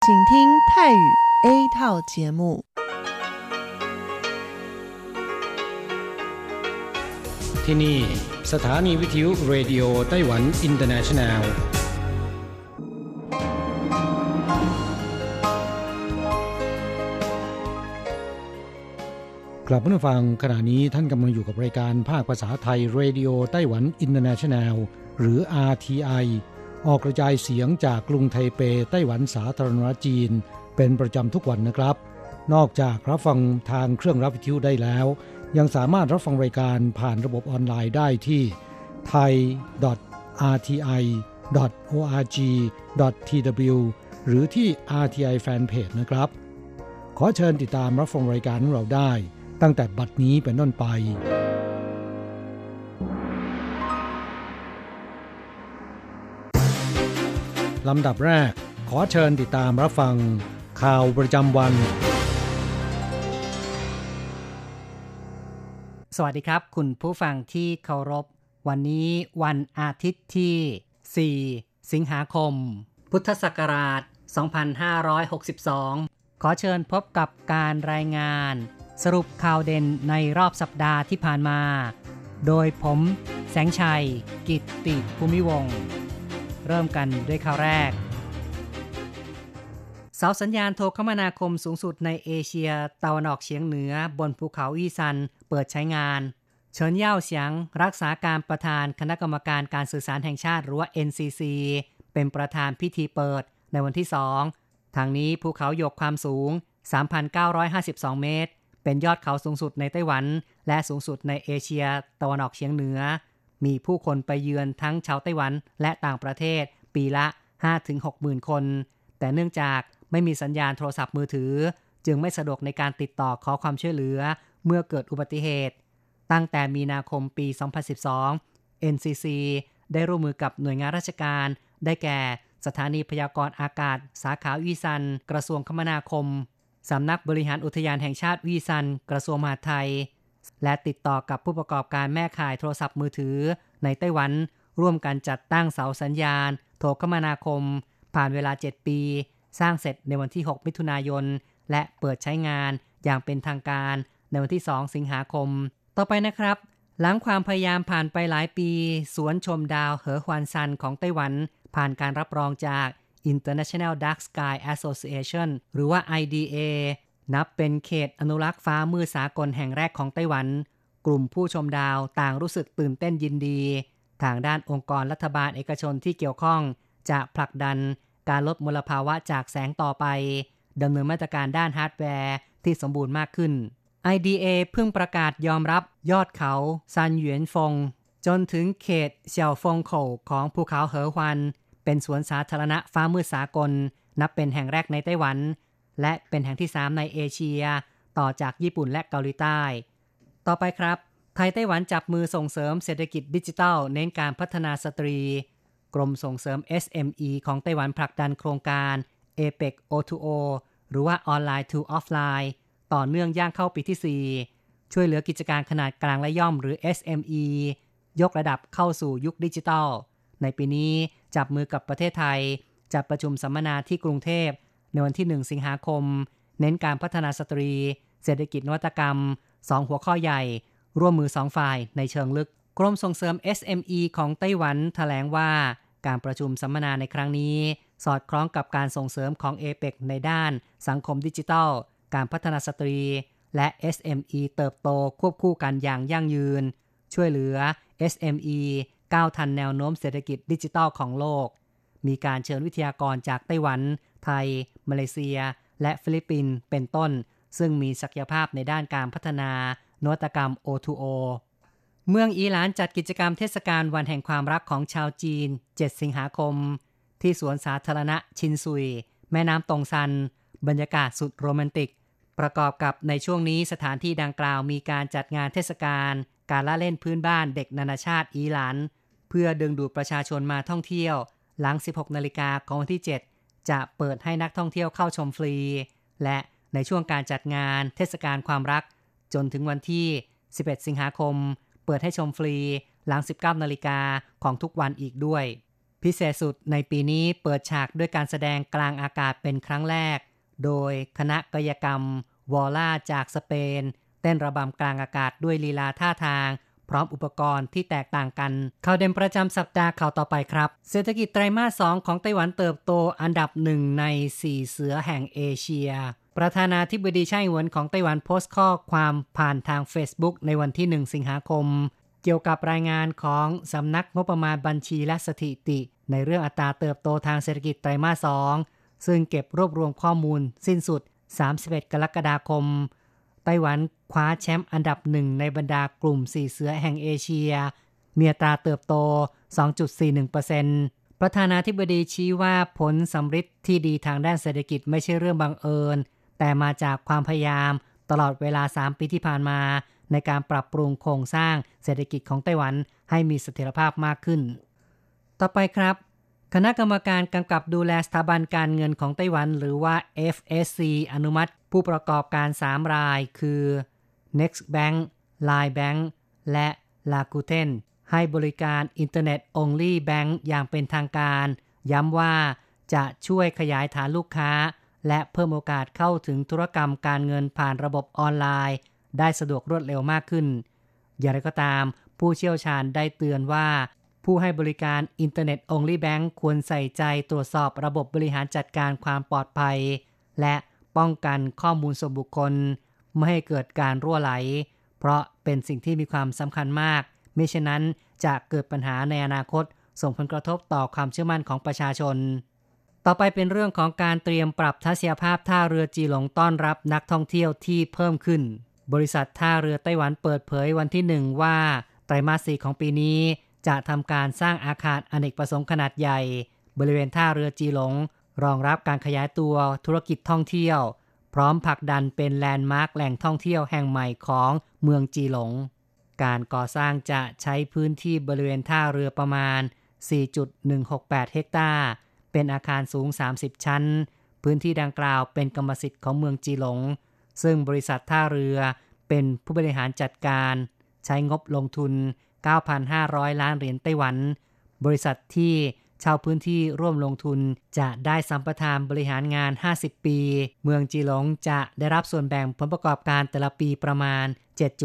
请听泰语 A 套节目。 ที่นี่สถานีวิทยุเรดิโอไต้หวันอินเตอร์เนชั่นแนลกลับมาฟังขณะนี้ท่านกำลังอยู่กับรายการภาคภาษาไทยเรดิโอไต้หวันอินเตอร์เนชั่นแนลหรือ RTI ออกกระจายเสียงจากกรุงไทเปไต้หวันสาธารณรัฐจีนเป็นประจำทุกวันนะครับนอกจากรับฟังทางเครื่องรับวิทยุได้แล้วยังสามารถรับฟังรายการผ่านระบบออนไลน์ได้ที่ thai.rti.org.tw หรือที่ RTI Fanpage นะครับขอเชิญติดตามรับฟังรายการของเราได้ตั้งแต่บัดนี้เป็นต้นไปลำดับแรกขอเชิญติดตามรับฟังข่าวประจำวันสวัสดีครับคุณผู้ฟังที่เคารพวันนี้วันอาทิตย์ที่4สิงหาคมพุทธศักราช2562ขอเชิญพบกับการรายงานสรุปข่าวเด่นในรอบสัปดาห์ที่ผ่านมาโดยผมแสงชัยกิตติภูมิวงศ์เริ่มกันด้วยข่าวแรกเสาสัญญาณโทรคมนาคมสูงสุดในเอเชียตะวันออกเฉียงเหนือบนภูเขาอีซันเปิดใช้งานเฉินเย่าเฉียงรักษาการประธานคณะกรรมการการสื่อสารแห่งชาติหรือว่า NCC เป็นประธานพิธีเปิดในวันที่2ทางนี้ภูเขาหยกความสูง 3,952 เมตรเป็นยอดเขาสูงสุดในไต้หวันและสูงสุดในเอเชียตะวันออกเฉียงเหนือมีผู้คนไปเยือนทั้งชาวไต้หวันและต่างประเทศปีละ 5-6 หมื่นคนแต่เนื่องจากไม่มีสัญญาณโทรศัพท์มือถือจึงไม่สะดวกในการติดต่อขอความช่วยเหลือเมื่อเกิดอุบัติเหตุตั้งแต่มีนาคมปี 2012 NCC ได้ร่วมมือกับหน่วยงานราชการได้แก่สถานีพยากรณ์อากาศสาขาวีซันกระทรวงคมนาคมสำนักบริหารอุทยานแห่งชาติวีซันกระทรวงมหาดไทยและติดต่อกับผู้ประกอบการแม่ข่ายโทรศัพท์มือถือในไต้หวันร่วมกันจัดตั้งเสาสัญญาณโทรคมนาคมผ่านเวลา7ปีสร้างเสร็จในวันที่6มิถุนายนและเปิดใช้งานอย่างเป็นทางการในวันที่2สิงหาคมต่อไปนะครับหลังความพยายามผ่านไปหลายปีสวนชมดาวเหอฮวานซันของไต้หวันผ่านการรับรองจาก International Dark Sky Association หรือว่า IDA นับเป็นเขตอนุรักษ์ฟ้ามืดสากลแห่งแรกของไต้หวันกลุ่มผู้ชมดาวต่างรู้สึกตื่นเต้นยินดีทางด้านองค์กรรัฐบาลเอกชนที่เกี่ยวข้องจะผลักดันการลดมลภาวะจากแสงต่อไปดำเนินมาตรการด้านฮาร์ดแวร์ที่สมบูรณ์มากขึ้น IDA เพิ่งประกาศยอมรับยอดเขาซันเหวียนฟงจนถึงเขตเสี่ยวฟงโขวของภูเขาเหอฮวันเป็นสวนสาธารณะฟ้ามืดสากลนับเป็นแห่งแรกในไต้หวันและเป็นแห่งที่3ในเอเชียต่อจากญี่ปุ่นและเกาหลีใต้ต่อไปครับไทยไต้หวันจับมือส่งเสริมเศรษฐกิจดิจิทัลเน้นการพัฒนาสตรีกรมส่งเสริม SME ของไต้หวันผลักดันโครงการ APEC O2O หรือว่า Online to Offline ต่อเนื่องย่างเข้าปีที่4ช่วยเหลือกิจการขนาดกลางและย่อมหรือ SME ยกระดับเข้าสู่ยุคดิจิทัลในปีนี้จับมือกับประเทศไทยจัดประชุมสัมมนาที่กรุงเทพในวันที่1สิงหาคมเน้นการพัฒนาสตรีเศรษฐกิจนวัตกรรม2หัวข้อใหญ่ร่วมมือ2ฝ่ายในเชิงลึกกรมส่งเสริม SME ของไต้หวันแถลงว่าการประชุมสัมมนาในครั้งนี้สอดคล้องกับการส่งเสริมของ APEC ในด้านสังคมดิจิทัลการพัฒนาสตรีและ SME เติบโตควบคู่กันอย่างยั่งยืนช่วยเหลือ SME ก้าวทันแนวโน้มเศรษฐกิจดิจิทัลของโลกมีการเชิญวิทยากรจากไต้หวันไทยมาเลเซียและฟิลิปปินส์เป็นต้นซึ่งมีศักยภาพในด้านการพัฒนานวัตกรรม O2O เมืองอิหร่านจัดกิจกรรมเทศกาลวันแห่งความรักของชาวจีน7สิงหาคมที่สวนสาธารณะชินซุยแม่น้ำตงซันบรรยากาศสุดโรแมนติกประกอบกับในช่วงนี้สถานที่ดังกล่าวมีการจัดงานเทศกาลการละเล่นพื้นบ้านเด็กนานาชาติอิหร่านเพื่อดึงดูดประชาชนมาท่องเที่ยวหลัง 16 นาฬิกาของวันที่7จะเปิดให้นักท่องเที่ยวเข้าชมฟรีและในช่วงการจัดงานเทศกาลความรักจนถึงวันที่11สิงหาคมเปิดให้ชมฟรีหลัง 19 นาฬิกาของทุกวันอีกด้วยพิเศษสุดในปีนี้เปิดฉากด้วยการแสดงกลางอากาศเป็นครั้งแรกโดยคณะกายกรรมวอลล่าจากสเปนเต้นระบำกลางอากาศด้วยลีลาท่าทางพร้อมอุปกรณ์ที่แตกต่างกันข่าวเด่นประจำสัปดาห์ข่าวต่อไปครับเศรษฐกิจไตรมาส 2 ของไต้หวันเติบโตอันดับ1ใน4เสือแห่งเอเชียประธานาธิบดีไช่หวนของไต้หวันโพสต์ข้อความผ่านทาง Facebook ในวันที่1สิงหาคมเกี่ยวกับรายงานของสำนักงบประมาณบัญชีและสถิติในเรื่องอัตราเติบโตทางเศรษฐกิจไตรมาส 2ซึ่งเก็บรวบรวมข้อมูลสิ้นสุด31 กรกฎาคมไต้หวันคว้าแชมป์อันดับ1ในบรรดากลุ่ม4เสือแห่งเอเชียมีอัตราเติบโต 2.41% ประธานาธิบดีชี้ว่าผลสำฤทธิ์ที่ดีทางด้านเศรษฐกิจไม่ใช่เรื่องบังเอิญแต่มาจากความพยายามตลอดเวลา3ปีที่ผ่านมาในการปรับปรุงโครงสร้างเศรษฐกิจของไต้หวันให้มีเสถียรภาพมากขึ้นต่อไปครับคณะกรรมการกำกับดูแลสถาบันการเงินของไต้หวันหรือว่า FSC อนุมัติผู้ประกอบการ3รายคือ Next Bank, Line Bank และ Rakuten ให้บริการ Internet Only Bank อย่างเป็นทางการย้ำว่าจะช่วยขยายฐานลูกค้าและเพิ่มโอกาสเข้าถึงธุรกรรมการเงินผ่านระบบออนไลน์ได้สะดวกรวดเร็วมากขึ้นอย่างไรก็ตามผู้เชี่ยวชาญได้เตือนว่าผู้ให้บริการ Internet Only Bank ควรใส่ใจตรวจสอบระบบบริหารจัดการความปลอดภัยและป้องกันข้อมูลส่วนบุคคลไม่ให้เกิดการรั่วไหลเพราะเป็นสิ่งที่มีความสำคัญมากมิฉะนั้นจะเกิดปัญหาในอนาคตส่งผลกระทบต่อความเชื่อมั่นของประชาชนต่อไปเป็นเรื่องของการเตรียมปรับทัศนียภาพท่าเรือจีหลงต้อนรับนักท่องเที่ยวที่เพิ่มขึ้นบริษัทท่าเรือไต้หวันเปิดเผยวันที่1ว่าไตรมาส 4ของปีนี้จะทำการสร้างอาคารอเนกประสงค์ขนาดใหญ่บริเวณท่าเรือจีหลงรองรับการขยายตัวธุรกิจท่องเที่ยวพร้อมผลักดันเป็นแลนด์มาร์คแหล่งท่องเที่ยวแห่งใหม่ของเมืองจีหลงการก่อสร้างจะใช้พื้นที่บริเวณท่าเรือประมาณ 4.168 เฮกตาร์เป็นอาคารสูง30ชั้นพื้นที่ดังกล่าวเป็นกรรมสิทธิ์ของเมืองจีหลงซึ่งบริษัทท่าเรือเป็นผู้บริหารจัดการใช้งบลงทุน 9,500 ล้านเหรียญไต้หวันบริษัทที่เช่าพื้นที่ร่วมลงทุนจะได้สัมปทานบริหารงาน50ปีเมืองจีหลงจะได้รับส่วนแบ่งผลประกอบการแต่ละปีประมาณ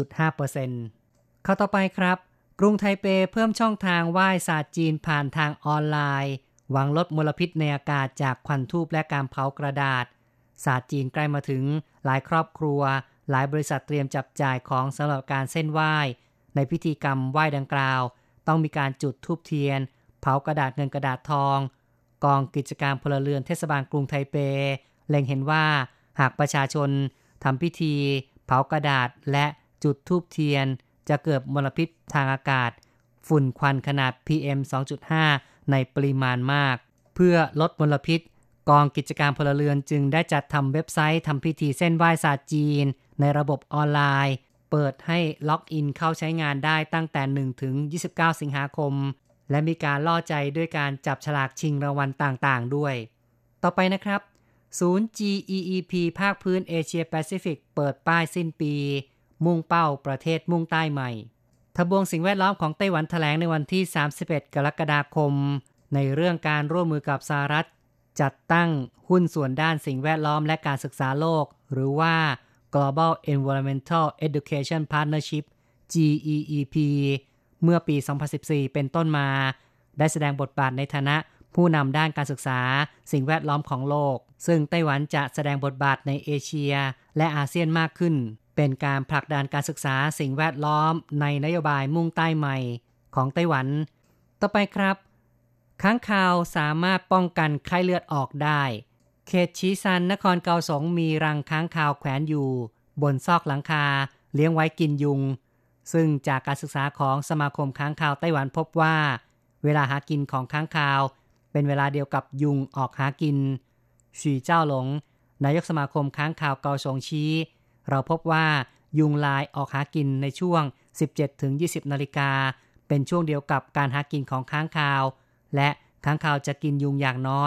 7.5% ข้อต่อไปครับกรุงไทเปเพิ่มช่องทางไหว้ศาสตร์จีนผ่านทางออนไลน์หวังลดมลพิษในอากาศจากควันธูปและการเผากระดาษศาสตร์จีนใกล้มาถึงหลายครอบครัวหลายบริษัทเตรียมจับจ่ายของสำหรับการเส้นไหว้ในพิธีกรรมไหว้ดังกล่าวต้องมีการจุดธูปเทียนเผากระดาษเงินกระดาษทองกองกิจการพลเรือนเทศบาลกรุงไทเปเล็งเห็นว่าหากประชาชนทำพิธีเผากระดาษและจุดธูปเทียนจะเกิดมลพิษทางอากาศฝุ่นควันขนาด PM 2.5 ในปริมาณมากเพื่อลดมลพิษกองกิจการพลเรือนจึงได้จัดทำเว็บไซต์ทำพิธีเส้นไหว้ศาสตร์จีนในระบบออนไลน์เปิดให้ล็อกอินเข้าใช้งานได้ตั้งแต่1ถึง29สิงหาคมและมีการล่อใจด้วยการจับฉลากชิงรางวัลต่างๆด้วยต่อไปนะครับศูนย์ GEEP ภาคพื้นเอเชียแปซิฟิกเปิดป้ายสิ้นปีมุ่งเป้าประเทศมุ่งใต้ใหม่ทบวงสิ่งแวดล้อมของไต้หวันแถลงในวันที่31กรกฎาคมในเรื่องการร่วมมือกับสหรัฐจัดตั้งหุ้นส่วนด้านสิ่งแวดล้อมและการศึกษาโลกหรือว่า Global Environmental Education Partnership GEEP เมื่อปี 2014 เป็นต้นมาได้แสดงบทบาทในฐานะผู้นำด้านการศึกษาสิ่งแวดล้อมของโลกซึ่งไต้หวันจะแสดงบทบาทในเอเชียและอาเซียนมากขึ้นเป็นการผลักดันการศึกษาสิ่งแวดล้อมในนโยบายมุ่งใต้ใหม่ของไต้หวันต่อไปครับค้างคาวสามารถป้องกันไข้เลือดออกได้เขตชีซันนครเกาสงมีรังค้างคาวแขวนอยู่บนซอกหลังคาเลี้ยงไว้กินยุงซึ่งจากการศึกษาของสมาคมค้างคาวไต้หวันพบว่าเวลาหากินของค้างคาวเป็นเวลาเดียวกับยุงออกหากินฉีเจ้าหลงนายกสมาคมค้างคาวเกาสงชี้เราพบว่ายุงลายออกหากินในช่วง 17-20 นาฬิกาเป็นช่วงเดียวกับการหากินของค้างคาวและค้างคาวจะกินยุงอย่างน้อย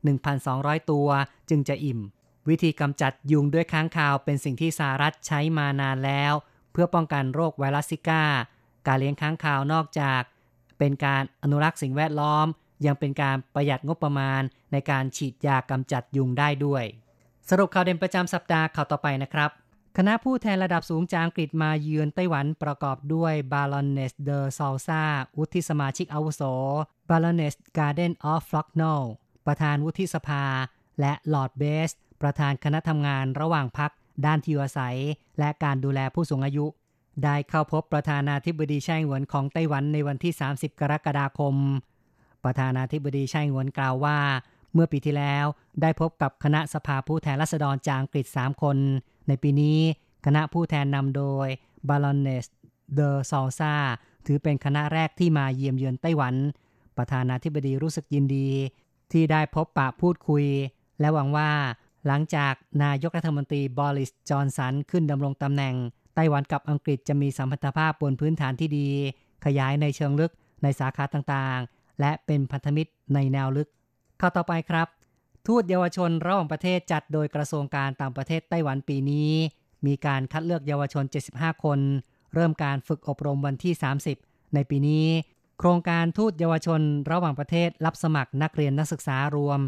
1,200 ตัวจึงจะอิ่มวิธีกำจัดยุงด้วยค้างคาวเป็นสิ่งที่สหรัฐใช้มานานแล้วเพื่อป้องกันโรคไวรัสซิก้าการเลี้ยงค้างคาวนอกจากเป็นการอนุรักษ์สิ่งแวดล้อมยังเป็นการประหยัดงบประมาณในการฉีดยากำจัดยุงได้ด้วยสรุปข่าวเด่นประจำสัปดาห์ข่าวต่อไปนะครับคณะผู้แทนระดับสูงจากอังกฤษมาเยือนไต้หวันประกอบด้วยบารอนเนสเดอซอลซาวุฒิสมาชิกอาวุโสบารอนเนสการ์เดนออฟฟล็อกโนลประธานวุฒิสภาและลอร์ดเบสประธานคณะทำงานระหว่างพรรคด้านที่อยู่อาศัยและการดูแลผู้สูงอายุได้เข้าพบประธานาธิบดีไช่เหวินของไต้หวันในวันที่30กรกฎาคมประธานาธิบดีไช่เหวินกล่าวว่าเมื่อปีที่แล้วได้พบกับคณะสภาผู้แทนราษฎรจากอังกฤษ3คนในปีนี้คณะผู้แทนนำโดยบารอนเนสเดอซอลซาถือเป็นคณะแรกที่มาเยี่ยมเยือนไต้หวันประธานาธิบดีรู้สึกยินดีที่ได้พบปะพูดคุยและหวังว่าหลังจากนายกรัฐมนตรีบอริสจอนสันขึ้นดำรงตำแหน่งไต้หวันกับอังกฤษจะมีสัมพันธภาพบนพื้นฐานที่ดีขยายในเชิงลึกในสาขาต่างๆและเป็นพันธมิตรในแนวลึกข้อต่อไปครับทูตเยาวชนระหว่างประเทศจัดโดยกระทรวงการต่างประเทศไต้หวันปีนี้มีการคัดเลือกเยาวชน75คนเริ่มการฝึกอบรมวันที่30ในปีนี้โครงการทูตเยาวชนระหว่างประเทศรับสมัครนักเรียนนักศึกษารวม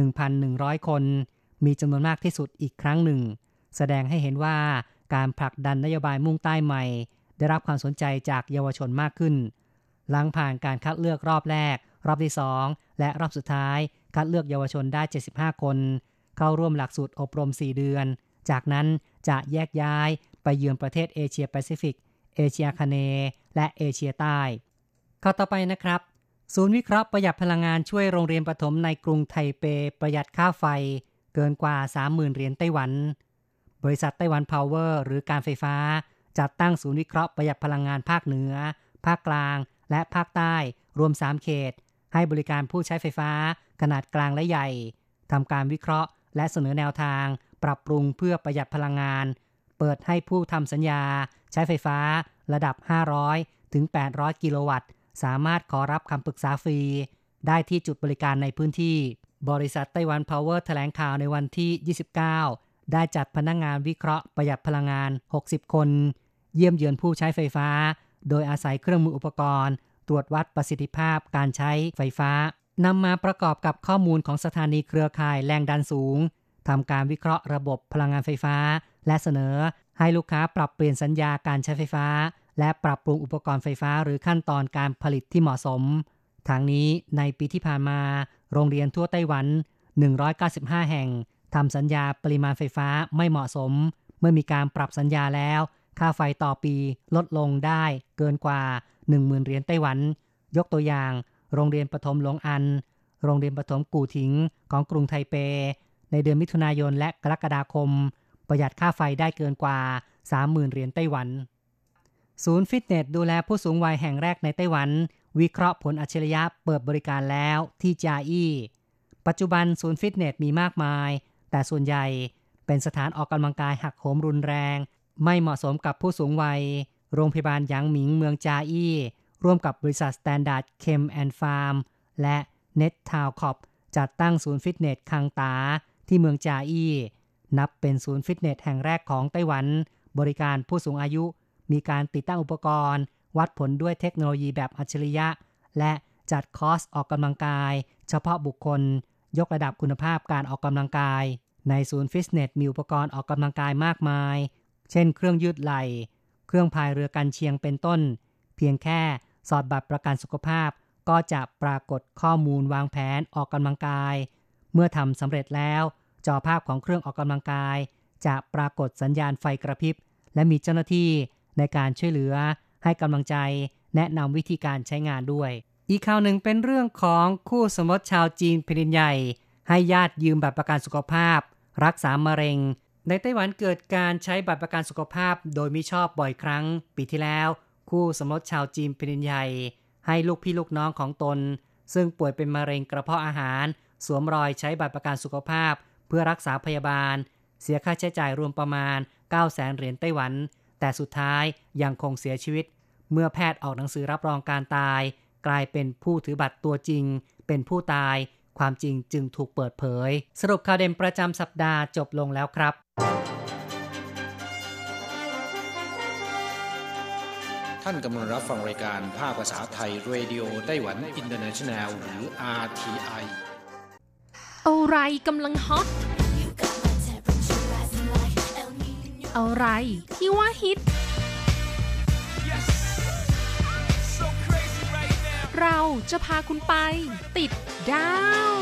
1,100 คนมีจำนวนมากที่สุดอีกครั้งหนึ่งแสดงให้เห็นว่าการผลักดันนโยบายมุ่งใต้ใหม่ได้รับความสนใจจากเยาวชนมากขึ้นหลังผ่านการคัดเลือกรอบแรกรอบที่2และรอบสุดท้ายคัดเลือกเยาวชนได้75คนเข้าร่วมหลักสูตรอบรม4เดือนจากนั้นจะแยกย้ายไปเยือนประเทศเอเชียแปซิฟิกเอเชียคเนย์และเอเชียใต้ข้อต่อไปนะครับศูนย์วิเคราะห์ประหยัดพลังงานช่วยโรงเรียนประถมในกรุงไทเปประหยัดค่าไฟเกินกว่า 30,000 เหรียญไต้หวันบริษัทไต้หวันพาวเวอร์หรือการไฟฟ้าจัดตั้งศูนย์วิเคราะห์ประหยัดพลังงานภาคเหนือภาคกลางและภาคใต้รวม3เขตให้บริการผู้ใช้ไฟฟ้าขนาดกลางและใหญ่ทำการวิเคราะห์และเสนอแนวทางปรับปรุงเพื่อประหยัดพลังงานเปิดให้ผู้ทำสัญญาใช้ไฟฟ้าระดับ500ถึง800กิโลวัตต์สามารถขอรับคำปรึกษาฟรีได้ที่จุดบริการในพื้นที่บริษัทไต้หวันพาวเวอร์แถลงข่าวในวันที่29ได้จัดพนักงานวิเคราะห์ประหยัดพลังงาน60คนเยี่ยมเยือนผู้ใช้ไฟฟ้าโดยอาศัยเครื่องมืออุปกรณ์ตรวจวัดประสิทธิภาพการใช้ไฟฟ้านำมาประกอบกับข้อมูลของสถานีเครือข่ายแรงดันสูงทำการวิเคราะห์ระบบพลังงานไฟฟ้าและเสนอให้ลูกค้าปรับเปลี่ยนสัญญาการใช้ไฟฟ้าและปรับปรุงอุปกรณ์ไฟฟ้าหรือขั้นตอนการผลิตที่เหมาะสมทางนี้ในปีที่ผ่านมาโรงเรียนทั่วไต้หวัน195แห่งทำสัญญาปริมาณไฟฟ้าไม่เหมาะสมเมื่อมีการปรับสัญญาแล้วค่าไฟต่อปีลดลงได้เกินกว่า 10,000 เหรียญไต้หวันยกตัวอย่างโรงเรียนประถมหลงอันโรงเรียนประถมกู่ถิงของกรุงไทเปในเดือนมิถุนายนและกรกฎาคมประหยัดค่าไฟได้เกินกว่า 30,000 เหรียญไต้หวันศูนย์ฟิตเนสดูแลผู้สูงวัยแห่งแรกในไต้หวันวิเคราะห์ผลอัจฉริยะเปิดบริการแล้วที่จาอี้ปัจจุบันศูนย์ฟิตเนสมีมากมายแต่ส่วนใหญ่เป็นสถานออกกำลังกายหักโหมรุนแรงไม่เหมาะสมกับผู้สูงวัยโรงพยาบาลหยางหมิงเมืองจาอี้ร่วมกับบริษัท Standard Chem and Farm และ Net Town Corp จัดตั้งศูนย์ฟิตเนสคังตาที่เมืองจาอี้นับเป็นศูนย์ฟิตเนสแห่งแรกของไต้หวันบริการผู้สูงอายุมีการติดตั้งอุปกรณ์วัดผลด้วยเทคโนโลยีแบบอัจฉริยะและจัดคอร์สออกกำลังกายเฉพาะบุคคลยกระดับคุณภาพการออกกำลังกายในศูนย์ฟิตเนสมีอุปกรณ์ออกกำลังกายมากมายเช่นเครื่องยืดไหล่เครื่องพายเรือกันเชียงเป็นต้นเพียงแค่สอดบัตรประกันสุขภาพก็จะปรากฏข้อมูลวางแผนออกกำลังกายเมื่อทำสำเร็จแล้วจอภาพของเครื่องออกกำลังกายจะปรากฏสัญญาณไฟกระพริบและมีเจ้าหน้าที่ในการช่วยเหลือให้กำลังใจแนะนำวิธีการใช้งานด้วยอีกข่าวหนึ่งเป็นเรื่องของคู่สมรสชาวจีนแผ่นดินใหญ่ให้ญาติยืมบัตรประกันสุขภาพรักษามะเร็งในไต้หวันเกิดการใช้บัตรประกันสุขภาพโดยมิชอบบ่อยครั้งปีที่แล้วคู่สมรสชาวจีนแผ่นดินใหญ่ให้ลูกพี่ลูกน้องของตนซึ่งป่วยเป็นมะเร็งกระเพาะอาหารสวมรอยใช้บัตรประกันสุขภาพเพื่อรักษาพยาบาลเสียค่าใช้จ่ายรวมประมาณ 900,000 เหรียญไต้หวันแต่สุดท้ายยังคงเสียชีวิตเมื่อแพทย์ออกหนังสือรับรองการตายกลายเป็นผู้ถือบัตรตัวจริงเป็นผู้ตายความจริงจึงถูกเปิดเผยสรุปข่าวเด่นประจำสัปดาห์จบลงแล้วครับท่านกำลังรับฟังรายการภาคภาษาไทย Radio ไต้หวัน International หรือ RTI อะไรกำลังฮอตอะไรที่ว่าฮิตเราจะพาคุณไปติดดาว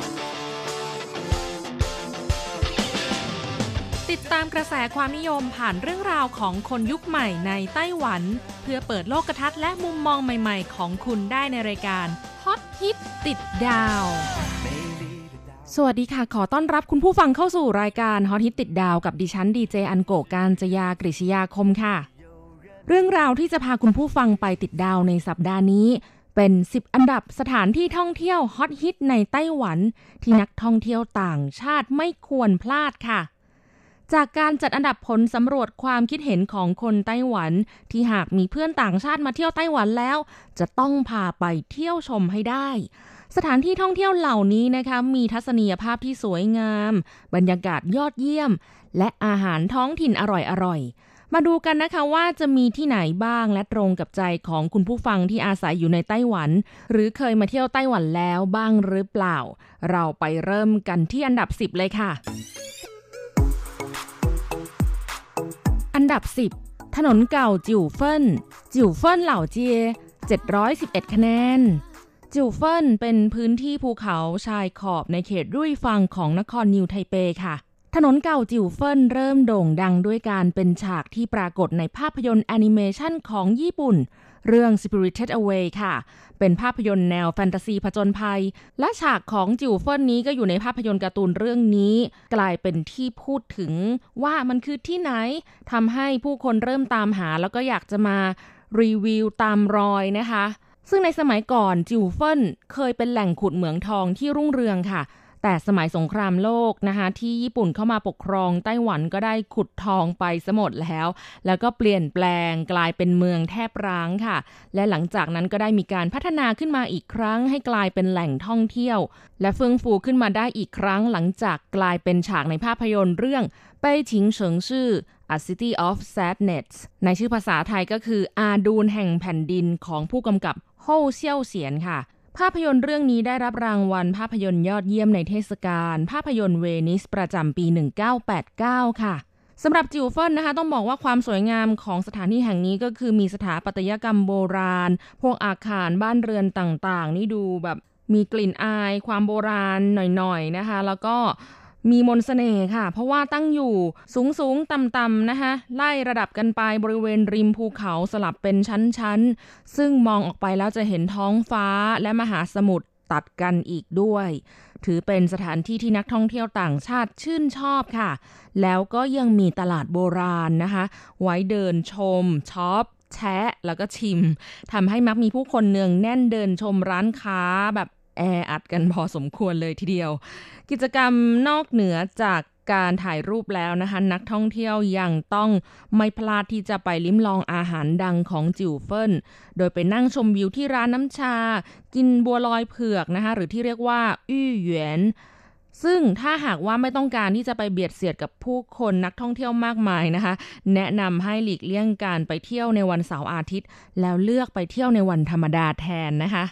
ติดตามกระแสความนิยมผ่านเรื่องราวของคนยุคใหม่ในไต้หวันเพื่อเปิดโลกทัศน์และมุมมองใหม่ๆของคุณได้ในรายการฮอตฮิตติดดาวสวัสดีค่ะขอต้อนรับคุณผู้ฟังเข้าสู่รายการฮอตฮิตติดดาวกับดิฉันดีเจอันโกกาญจยากฤษยาคมค่ะเรื่องราวที่จะพาคุณผู้ฟังไปติดดาวในสัปดาห์นี้เป็น10อันดับสถานที่ท่องเที่ยวฮอตฮิตในไต้หวันที่นักท่องเที่ยวต่างชาติไม่ควรพลาดค่ะจากการจัดอันดับผลสำรวจความคิดเห็นของคนไต้หวันที่หากมีเพื่อนต่างชาติมาเที่ยวไต้หวันแล้วจะต้องพาไปเที่ยวชมให้ได้สถานที่ท่องเที่ยวเหล่านี้นะคะมีทัศนียภาพที่สวยงามบรรยากาศยอดเยี่ยมและอาหารท้องถิ่นอร่อยๆมาดูกันนะคะว่าจะมีที่ไหนบ้างและตรงกับใจของคุณผู้ฟังที่อาศัยอยู่ในไต้หวันหรือเคยมาเที่ยวไต้หวันแล้วบ้างหรือเปล่าเราไปเริ่มกันที่อันดับ10เลยค่ะอันดับ10ถนนเก่าจิ๋วเฟิ่นเหล่าเจีย711คะแนนจิ๋วเฟิ่นเป็นพื้นที่ภูเขาชายขอบในเขตรุ่ยฟังของนครนิวไทเปค่ะถนนเก่าจิ๋วเฟิ่นเริ่มโด่งดังด้วยการเป็นฉากที่ปรากฏในภาพยนตร์แอนิเมชันของญี่ปุ่นเรื่อง Spirited Away ค่ะเป็นภาพยนตร์แนวแฟนตาซีผจญภัยและฉากของจิ๋วเฟิ่นนี้ก็อยู่ในภาพยนตร์การ์ตูนเรื่องนี้กลายเป็นที่พูดถึงว่ามันคือที่ไหนทำให้ผู้คนเริ่มตามหาแล้วก็อยากจะมารีวิวตามรอยนะคะซึ่งในสมัยก่อนจิ๋วเฟิ่นเคยเป็นแหล่งขุดเหมืองทองที่รุ่งเรืองค่ะแต่สมัยสงครามโลกนะคะที่ญี่ปุ่นเข้ามาปกครองไต้หวันก็ได้ขุดทองไปซะหมดแล้วก็เปลี่ยนแปลงกลายเป็นเมืองแทบร้างค่ะและหลังจากนั้นก็ได้มีการพัฒนาขึ้นมาอีกครั้งให้กลายเป็นแหล่งท่องเที่ยวและเฟื่องฟูขึ้นมาได้อีกครั้งหลังจากกลายเป็นฉากในภาพยนตร์เรื่องเป้ยชิงเฉิงชื่อ A City of Sadness ในชื่อภาษาไทยก็คืออาดูนแห่งแผ่นดินของผู้กำกับโฮเซี่ยวเสียนค่ะภาพยนตร์เรื่องนี้ได้รับรางวัลภาพยนตร์ยอดเยี่ยมในเทศกาลภาพยนตร์เวนิสประจำปี1989ค่ะสำหรับจิ๋วเฟิ่นนะคะต้องบอกว่าความสวยงามของสถานที่แห่งนี้ก็คือมีสถาปัตยกรรมโบราณพวกอาคารบ้านเรือนต่างๆนี่ดูแบบมีกลิ่นอายความโบราณหน่อยๆนะคะแล้วก็มีมนต์เสน่ห์ค่ะเพราะว่าตั้งอยู่สูงๆต่ำๆนะคะไล่ระดับกันไปบริเวณริมภูเขาสลับเป็นชั้นๆซึ่งมองออกไปแล้วจะเห็นท้องฟ้าและมหาสมุทรตัดกันอีกด้วยถือเป็นสถานที่ที่นักท่องเที่ยวต่างชาติชื่นชอบค่ะแล้วก็ยังมีตลาดโบราณนะคะไว้เดินชมช็อปแชะแล้วก็ชิมทำให้มักมีผู้คนเนืองแน่นเดินชมร้านค้าแบบแออัดกันพอสมควรเลยทีเดียวกิจกรรมนอกเหนือจากการถ่ายรูปแล้วนะคะนักท่องเที่ยวยังต้องไม่พลาดที่จะไปลิ้มลองอาหารดังของจิ๋วเฟิ่นโดยไปนั่งชมวิวที่ร้านน้ำชากินบัวลอยเผือกนะคะหรือที่เรียกว่าอี้หยวนซึ่งถ้าหากว่าไม่ต้องการที่จะไปเบียดเสียดกับผู้คนนักท่องเที่ยวมากมายนะคะแนะนำให้หลีกเลี่ยงการไปเที่ยวในวันเสาร์อาทิตย์แล้วเลือกไปเที่ยวในวันธรรมดาแทนนะคะ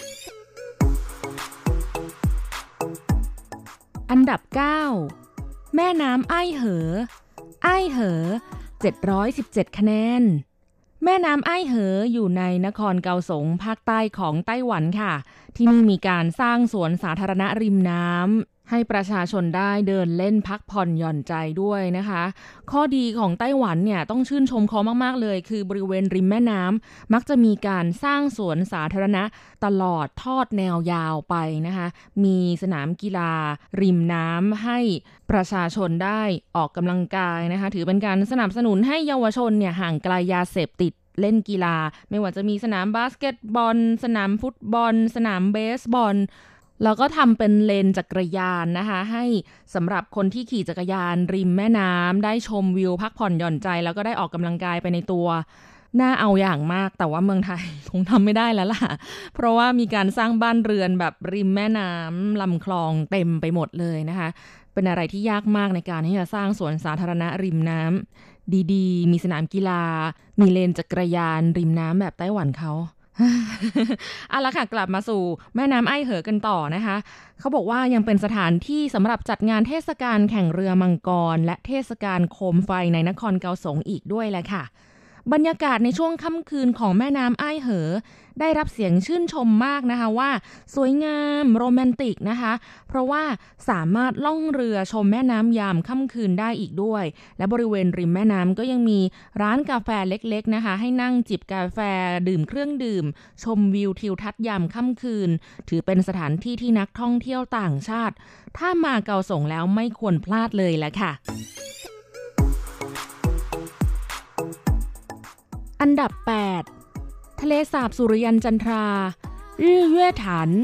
อันดับ9แม่น้ำไอ้เหอ717คะแนนแม่น้ำไอ้เหออยู่ในนครเกาสงภาคใต้ของไต้หวันค่ะที่นี่มีการสร้างสวนสาธารณะริมน้ำให้ประชาชนได้เดินเล่นพักผ่อนหย่อนใจด้วยนะคะข้อดีของไต้หวันเนี่ยต้องชื่นชมเขามากๆเลยคือบริเวณริมแม่น้ำมักจะมีการสร้างสวนสาธารณะตลอดทอดแนวยาวไปนะคะมีสนามกีฬาริมน้ำให้ประชาชนได้ออกกำลังกายนะคะถือเป็นการสนับสนุนให้เยาวชนเนี่ยห่างไกลยาเสพติดเล่นกีฬาไม่ว่าจะมีสนามบาสเกตบอลสนามฟุตบอลสนามเบสบอลแล้วก็ทำเป็นเลนจักรยานนะคะให้สำหรับคนที่ขี่จักรยานริมแม่น้ำได้ชมวิวพักผ่อนหย่อนใจแล้วก็ได้ออกกำลังกายไปในตัวน่าเอาอย่างมากแต่ว่าเมืองไทยคงทำไม่ได้แล้วล่ะเพราะว่ามีการสร้างบ้านเรือนแบบริมแม่น้ำลำคลองเต็มไปหมดเลยนะคะเป็นอะไรที่ยากมากในการที่จะสร้างสวนสาธารณะริมน้ำดีๆมีสนามกีฬามีเลนจักรยานริมน้ำแบบไต้หวันเขา เอาละค่ะกลับมาสู่แม่น้ำไอ้เหอกันต่อนะคะเขาบอกว่ายังเป็นสถานที่สำหรับจัดงานเทศกาลแข่งเรือมังกรและเทศกาลโคมไฟในนครเกาสงอีกด้วยแหละค่ะบรรยากาศในช่วงค่ำคืนของแม่น้ำไอ้เหอได้รับเสียงชื่นชมมากนะคะว่าสวยงามโรแมนติกนะคะเพราะว่าสามารถล่องเรือชมแม่น้ำยามค่ำคืนได้อีกด้วยและบริเวณริมแม่น้ำก็ยังมีร้านกาแฟเล็กๆนะคะให้นั่งจิบกาแฟดื่มเครื่องดื่มชมวิวทิวทัศน์ยามค่ำคืนถือเป็นสถานที่ที่นักท่องเที่ยวต่างชาติถ้ามาเกาสงแล้วไม่ควรพลาดเลยแหละค่ะอันดับ 8 ทะเลสาบสุริยันจันทรารื่อเย่ถัน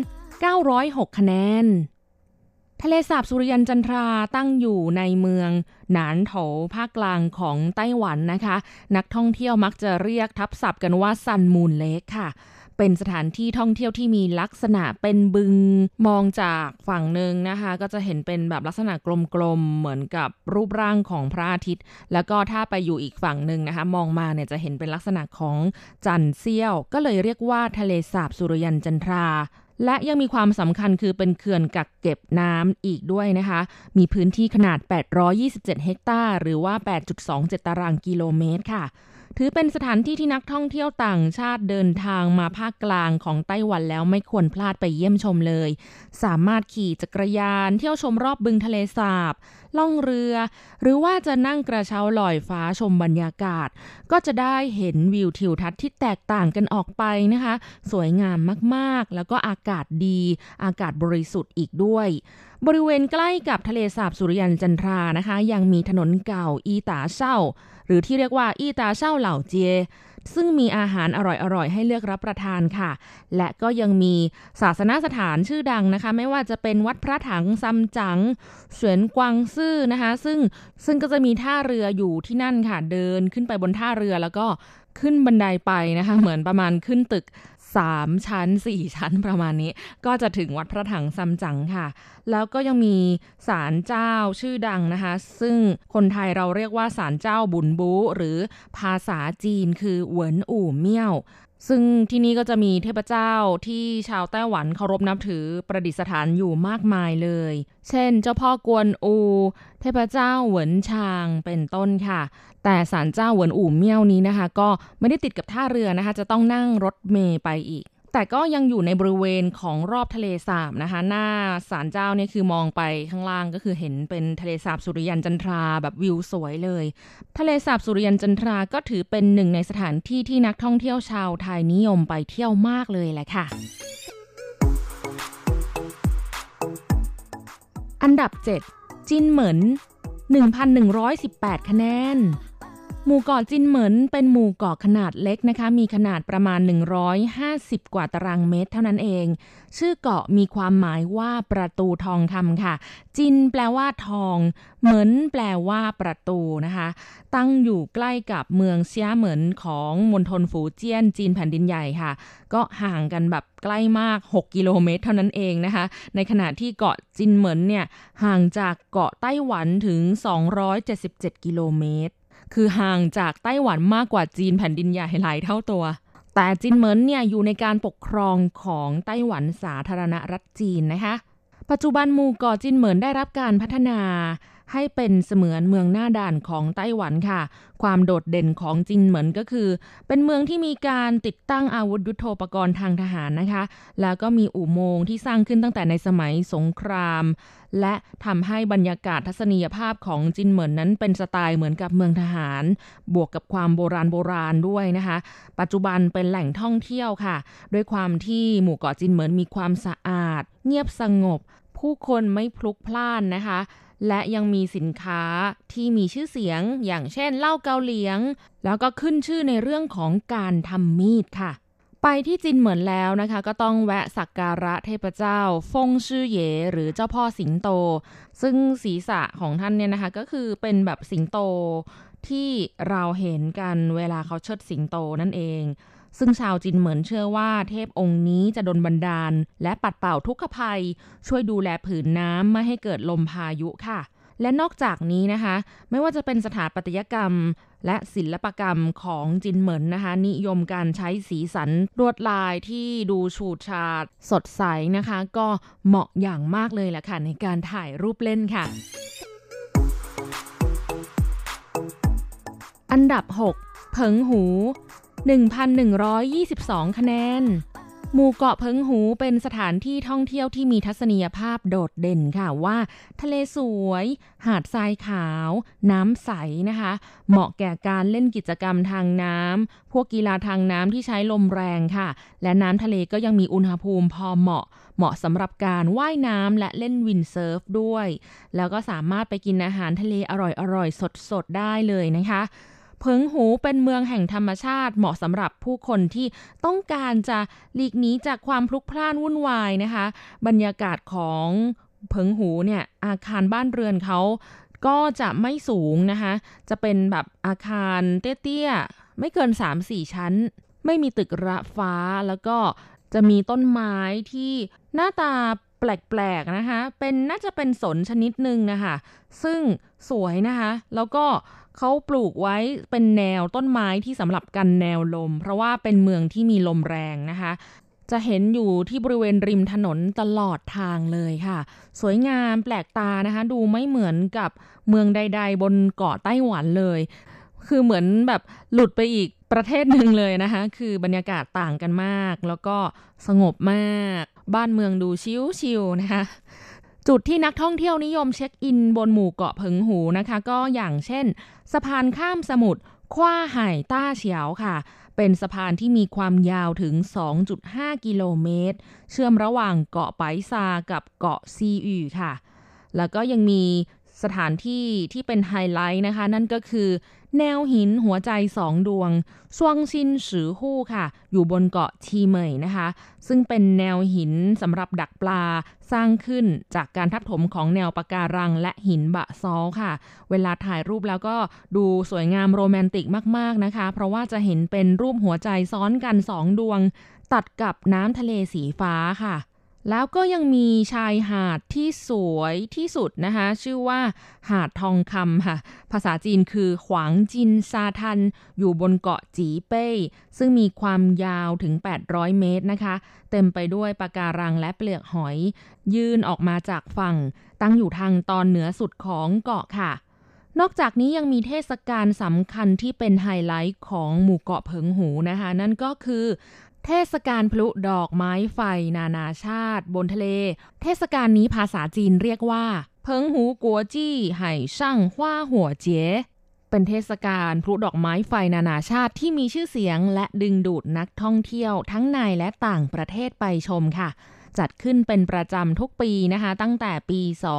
906 คะแนนทะเลสาบสุริยันจันทราตั้งอยู่ในเมืองหนานโถภาคกลางของไต้หวันนะคะนักท่องเที่ยวมักจะเรียกทับศัพท์กันว่าซันมูนเลคค่ะเป็นสถานที่ท่องเที่ยวที่มีลักษณะเป็นบึงมองจากฝั่งหนึ่งนะคะก็จะเห็นเป็นแบบลักษณะกลมๆเหมือนกับรูปร่างของพระอาทิตย์แล้วก็ถ้าไปอยู่อีกฝั่งหนึ่งนะคะมองมาเนี่ยจะเห็นเป็นลักษณะของจันทร์เสี้ยวก็เลยเรียกว่าทะเลสาบสุริยันจันทราและยังมีความสำคัญคือเป็นเขื่อนกักเก็บน้ำอีกด้วยนะคะมีพื้นที่ขนาด827เฮกตาร์หรือว่า 8.27 ตารางกิโลเมตรค่ะถือเป็นสถานที่ที่นักท่องเที่ยวต่างชาติเดินทางมาภาคกลางของไต้หวันแล้วไม่ควรพลาดไปเยี่ยมชมเลยสามารถขี่จักรยานเที่ยวชมรอบบึงทะเลสาบล่องเรือหรือว่าจะนั่งกระเช้าลอยฟ้าชมบรรยากาศก็จะได้เห็นวิวทิวทัศน์ที่แตกต่างกันออกไปนะคะสวยงามมากๆแล้วก็อากาศดีอากาศบริสุทธิ์อีกด้วยบริเวณใกล้กับทะเลสาบสุริยันจันทรานะคะยังมีถนนเก่าอีตาเช่าหรือที่เรียกว่าอีตาเช่าเหล่าเจียซึ่งมีอาหารอร่อยๆให้เลือกรับประทานค่ะและก็ยังมีศาสนสถานชื่อดังนะคะไม่ว่าจะเป็นวัดพระถังซัมจั๋งเสวียนกวางซื่อนะคะซึ่งก็จะมีท่าเรืออยู่ที่นั่นค่ะเดินขึ้นไปบนท่าเรือแล้วก็ขึ้นบันไดไปนะคะเหมือนประมาณขึ้นตึก3 ชั้น 4 ชั้นประมาณนี้ก็จะถึงวัดพระถังซัมจั๋งค่ะแล้วก็ยังมีศาลเจ้าชื่อดังนะคะซึ่งคนไทยเราเรียกว่าศาลเจ้าบุญบูหรือภาษาจีนคือเหวินอู่เมี่ยวซึ่งที่นี่ก็จะมีเทพเจ้าที่ชาวไต้หวันเคารพนับถือประดิษฐานอยู่มากมายเลยเช่นเจ้าพ่อกวนอูเทพเจ้าเหวินชางเป็นต้นค่ะแต่ศาลเจ้าเหวินอู่เมี่ยวนี้นะคะก็ไม่ได้ติดกับท่าเรือนะคะจะต้องนั่งรถเมล์ไปอีกแต่ก็ยังอยู่ในบริเวณของรอบทะเลสาบนะคะหน้าศาลเจ้าเนี่ยคือมองไปข้างล่างก็คือเห็นเป็นทะเลสาบสุริยันจันทราแบบวิวสวยเลยทะเลสาบสุริยันจันทราก็ถือเป็นหนึ่งในสถานที่ที่นักท่องเที่ยวชาวไทยนิยมไปเที่ยวมากเลยแหละค่ะอันดับ 7 จินเหมิน 1,118 คะแนนหมู่เกาะจินเหมินเป็นหมู่เกาะขนาดเล็กนะคะมีขนาดประมาณ150กว่าตารางเมตรเท่านั้นเองชื่อเกาะมีความหมายว่าประตูทองคำค่ะจินแปลว่าทองเหมินแปลว่าประตูนะคะตั้งอยู่ใกล้กับเมืองเซียเหมินของมณฑลฝูเจี้ยนจีนแผ่นดินใหญ่ค่ะก็ห่างกันแบบใกล้มาก6กิโลเมตรเท่านั้นเองนะคะในขณะที่เกาะจินเหมินเนี่ยห่างจากเกาะไต้หวันถึง277กิโลเมตรคือห่างจากไต้หวันมากกว่าจีนแผ่นดินใหญ่หลายเท่าตัวแต่จินเหมินเนี่ยอยู่ในการปกครองของไต้หวันสาธารณรัฐจีนนะคะปัจจุบันหมู่เกาะจินเหมินได้รับการพัฒนาให้เป็นเสมือนเมืองหน้าด่านของไต้หวันค่ะความโดดเด่นของจินเหมินก็คือเป็นเมืองที่มีการติดตั้งอาวุธยุทโธปกรณ์ทางทหารนะคะแล้วก็มีอุโมงค์ที่สร้างขึ้นตั้งแต่ในสมัยสงครามและทำให้บรรยากาศทัศนียภาพของจินเหมินนั้นเป็นสไตล์เหมือนกับเมืองทหารบวกกับความโบราณด้วยนะคะปัจจุบันเป็นแหล่งท่องเที่ยวค่ะด้วยความที่หมู่เกาะจินเหมินมีความสะอาดเงียบสงบผู้คนไม่พลุกพล่านนะคะและยังมีสินค้าที่มีชื่อเสียงอย่างเช่นเหล้าเกาเหลียงแล้วก็ขึ้นชื่อในเรื่องของการทำมีดค่ะไปที่จินเหมินแล้วนะคะก็ต้องแวะสักการะเทพเจ้าฟงชื่อเหยหรือเจ้าพ่อสิงโตซึ่งศีรษะของท่านเนี่ยนะคะก็คือเป็นแบบสิงโตที่เราเห็นกันเวลาเขาเชิดสิงโตนั่นเองซึ่งชาวจินเหมินเชื่อว่าเทพองค์นี้จะดลบันดาลและปัดเป่าทุกขภัยช่วยดูแลผืนน้ำไม่ให้เกิดลมพายุค่ะและนอกจากนี้นะคะไม่ว่าจะเป็นสถาปัตยกรรมและศิลปกรรมของจินเหมินนะคะนิยมการใช้สีสันลวดลายที่ดูฉูดฉาดสดใสนะคะก็เหมาะอย่างมากเลยแหละค่ะในการถ่ายรูปเล่นค่ะอันดับ6เผิงหู 1,122 คะแนนหมู่เกาะเพิงหูเป็นสถานที่ท่องเที่ยวที่มีทัศนียภาพโดดเด่นค่ะว่าทะเลสวยหาดทรายขาวน้ำใสนะคะเหมาะแก่การเล่นกิจกรรมทางน้ำพวกกีฬาทางน้ำที่ใช้ลมแรงค่ะและน้ำทะเลก็ยังมีอุณหภูมิพอเหมาะสำหรับการว่ายน้ำและเล่นวินเซิร์ฟด้วยแล้วก็สามารถไปกินอาหารทะเลอร่อยๆสดๆได้เลยนะคะเพิงหูเป็นเมืองแห่งธรรมชาติเหมาะสำหรับผู้คนที่ต้องการจะหลีกหนีจากความพลุกพล่านวุ่นวายนะคะบรรยากาศของเพิงหูเนี่ยอาคารบ้านเรือนเขาก็จะไม่สูงนะคะจะเป็นแบบอาคารเตี้ยๆไม่เกิน 3-4 ชั้นไม่มีตึกระฟ้าแล้วก็จะมีต้นไม้ที่หน้าตาแปลกๆนะคะน่าจะเป็นสนชนิดนึงนะคะซึ่งสวยนะคะแล้วก็เขาปลูกไว้เป็นแนวต้นไม้ที่สำหรับกันแนวลมเพราะว่าเป็นเมืองที่มีลมแรงนะคะจะเห็นอยู่ที่บริเวณริมถนนตลอดทางเลยค่ะสวยงามแปลกตานะคะดูไม่เหมือนกับเมืองใดๆบนเกาะไต้หวันเลยคือเหมือนแบบหลุดไปอีกประเทศหนึ่งเลยนะคะคือบรรยากาศต่างกันมากแล้วก็สงบมากบ้านเมืองดูชิลๆนะคะจุดที่นักท่องเที่ยวนิยมเช็คอินบนหมู่เกาะเพิงหูนะคะก็อย่างเช่นสะพานข้ามสมุทรคว้าไห่ต้าเฉียวค่ะเป็นสะพานที่มีความยาวถึง 2.5 กิโลเมตรเชื่อมระหว่างเกาะไปซากับเกาะซีอู่ค่ะแล้วก็ยังมีสถานที่ที่เป็นไฮไลท์นะคะนั่นก็คือแนวหินหัวใจ2ดวงซวงซินฉือฮู่ค่ะอยู่บนเกาะชีเหมยนะคะซึ่งเป็นแนวหินสำหรับดักปลาสร้างขึ้นจากการทับถมของแนวปะการังและหินบะซอลค่ะเวลาถ่ายรูปแล้วก็ดูสวยงามโรแมนติกมากๆนะคะเพราะว่าจะเห็นเป็นรูปหัวใจซ้อนกัน2ดวงตัดกับน้ำทะเลสีฟ้าค่ะแล้วก็ยังมีชายหาดที่สวยที่สุดนะคะชื่อว่าหาดทองคำค่ะภาษาจีนคือขวางจินซาทันอยู่บนเกาะจีเป้ยซึ่งมีความยาวถึง800เมตรนะคะเต็มไปด้วยปะการังและเปลือกหอยยื่นออกมาจากฝั่งตั้งอยู่ทางตอนเหนือสุดของเกาะค่ะนอกจากนี้ยังมีเทศกาลสำคัญที่เป็นไฮไลท์ของหมู่เกาะเพิงหูนะคะนั่นก็คือเทศกาลพลุดอกไม้ไฟนานาชาติบนทะเลเทศกาลนี้ภาษาจีนเรียกว่าเพิงหูกัวจี้ไห่ช่างฮว่าหัวเจ๋เป็นเทศกาลพลุดอกไม้ไฟนานาชาติที่มีชื่อเสียงและดึงดูดนักท่องเที่ยวทั้งในและต่างประเทศไปชมค่ะจัดขึ้นเป็นประจำทุกปีนะคะตั้งแต่ปี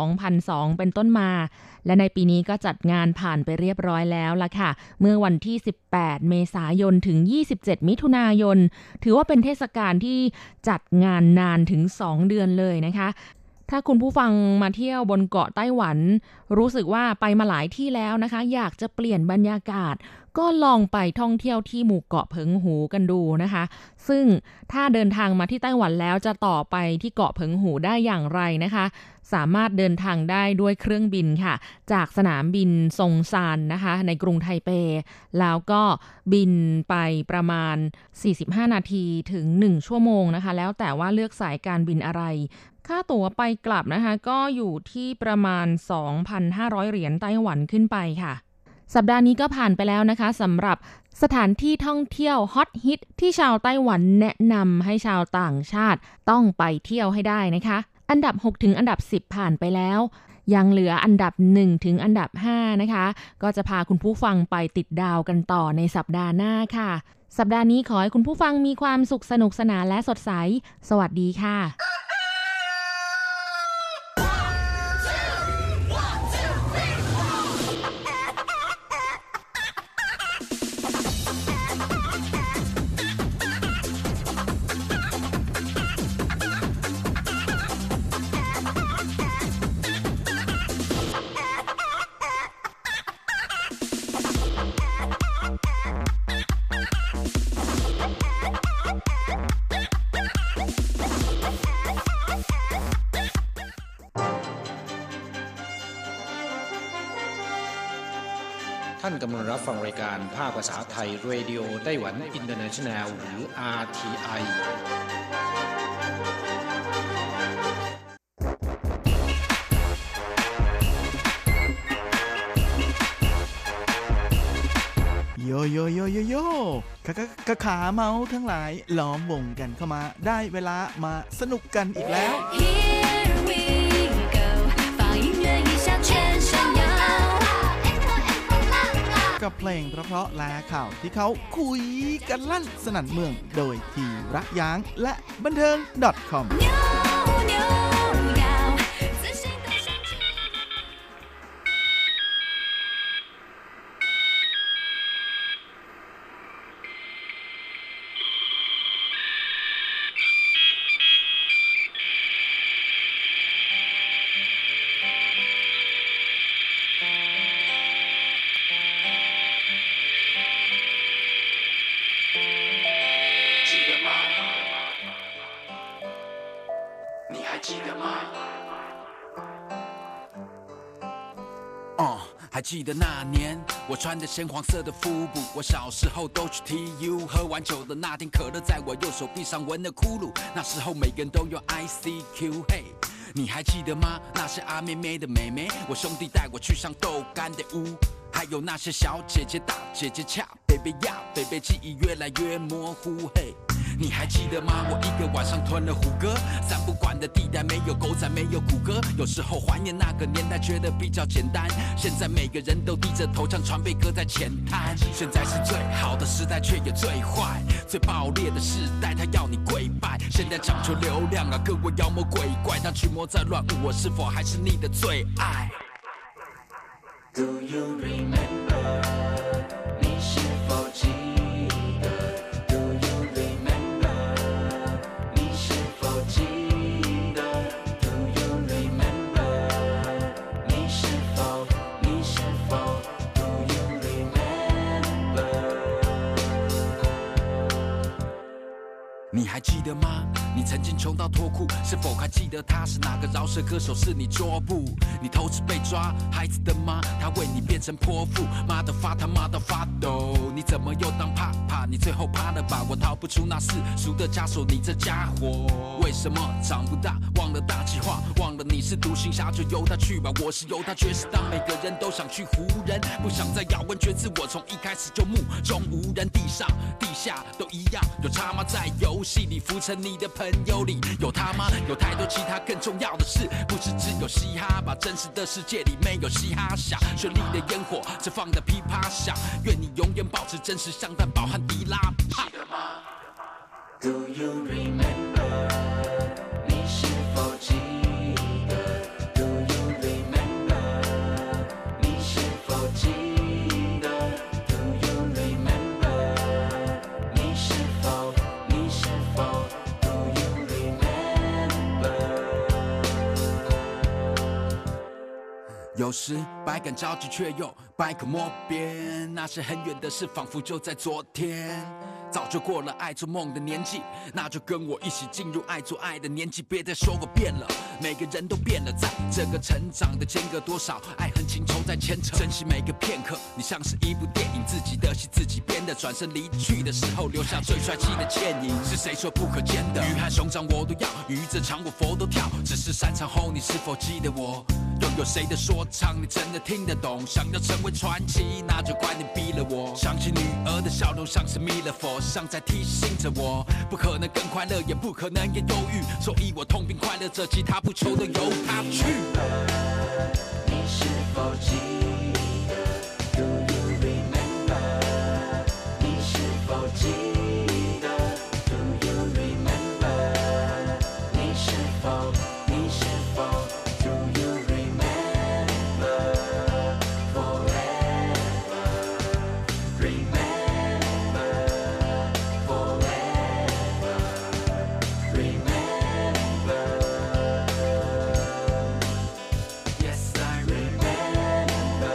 2002 เป็นต้นมาและในปีนี้ก็จัดงานผ่านไปเรียบร้อยแล้วล่ะค่ะเมื่อวันที่ 18 เมษายนถึง 27 มิถุนายนถือว่าเป็นเทศกาลที่จัดงานนานถึง 2 เดือนเลยนะคะถ้าคุณผู้ฟังมาเที่ยวบนเกาะไต้หวันรู้สึกว่าไปมาหลายที่แล้วนะคะอยากจะเปลี่ยนบรรยากาศก็ลองไปท่องเที่ยวที่หมู่เกาะเพิงหูกันดูนะคะซึ่งถ้าเดินทางมาที่ไต้หวันแล้วจะต่อไปที่เกาะเพิงหูได้อย่างไรนะคะสามารถเดินทางได้ด้วยเครื่องบินค่ะจากสนามบินซงซานนะคะในกรุงไทเปแล้วก็บินไปประมาณ45นาทีถึง1ชั่วโมงนะคะแล้วแต่ว่าเลือกสายการบินอะไรค่าตั๋วไปกลับนะคะก็อยู่ที่ประมาณ 2,500 เหรียญไต้หวันขึ้นไปค่ะสัปดาห์นี้ก็ผ่านไปแล้วนะคะสำหรับสถานที่ท่องเที่ยวฮอตฮิตที่ชาวไต้หวันแนะนำให้ชาวต่างชาติต้องไปเที่ยวให้ได้นะคะอันดับ6ถึงอันดับ10ผ่านไปแล้วยังเหลืออันดับ1ถึงอันดับ5นะคะก็จะพาคุณผู้ฟังไปติดดาวกันต่อในสัปดาห์หน้าค่ะสัปดาห์นี้ขอให้คุณผู้ฟังมีความสุขสนุกสนานและสดใสสวัสดีค่ะท่านกำลังรับฟังรายการภาคภาษาไทย Radio ไต้หวัน International หรือ RTI โยโยโยโยโยขาเมาทั้งหลายล้อมวงกันเข้ามาได้เวลามาสนุกกันอีกแล้วกับเพลงเพราะๆและข่าวที่เขาคุยกันลั่นสนั่นเมืองโดยทีรักย้างและบันเทิง .com 还记得那年我穿着鲜黄色的腹部，我小时候都去 TU， 喝完酒的那天可乐在我右手臂上纹了窟窿，那时候每个人都有 ICQ， 嘿，你还记得吗？那些阿妹妹的妹妹，我兄弟带我去上豆干的屋，还有那些小姐姐大姐姐恰贝贝呀贝贝，记忆越来越模糊，嘿，你还记得吗？我一个晚上吞了虎哥，三不管的地带没有狗仔没有谷歌，有时候怀念那个年代觉得比较简单，现在每个人都低着头将船被搁在前滩，现在是最好的时代却也最坏最爆裂的时代，他要你跪拜，现在讲求流量啊，各位妖魔鬼怪，当驱魔在乱舞，我是否还是你的最爱？ Do you remember 你是否记得 Do you remember 你是否记得 Do you remember 你是否 Do you remember 你还记得吗？你曾经穷到脱裤，是否还记得他是哪个饶舌歌手？是你桌布，你偷吃被抓，孩子的妈，他为你变成泼妇，妈的发他妈的发抖，你怎么又当怕怕？你最后怕了吧？我逃不出那世俗的枷锁，你这家伙为什么长不大？忘了大计划，忘了你是独行侠，就由他去吧。我是由他爵士，当每个人都想去湖人，不想再咬文嚼字，我从一开始就目中无人，地上地下都一样，有差吗？在游戏里浮沉你的朋友里有他吗？有太多其他更重要的事，不是只有嘻哈吧？真实的世界里没有嘻哈响，绚丽的烟火只放的噼啪响，愿你永远保持真实，像蛋堡和迪拉帕。记得吗 ？Do you remember？ 你是否记得 ？Do you remember？ 你是否记得 ？Do you remember？ 你是否？有时百感交集，却又百口莫辩。那些很远的事，仿佛就在昨天。早就过了爱做梦的年纪，那就跟我一起进入爱做爱的年纪。别再说我变了，每个人都变了。在这个成长的间隔，多少爱恨情仇在牵扯。珍惜每个片刻，你像是一部电影，自己的戏自己编的。转身离去的时候，留下最帅气的倩影。是谁说不可见的？鱼和熊掌我都要，鱼这场我佛都跳。只是散场后，你是否记得我？拥有谁的说唱你真的听得懂？想要成为传奇，那就怪你逼了我。想起女儿的笑容，像是弥勒佛，像在提醒着我，不可能更快乐，也不可能也忧郁，所以我痛并快乐着，其他不求的由他去。你是否记得 ？Do you remember？ 你是否记得 ？Do you remember？ 你是否？你是否？ Yes, I remember.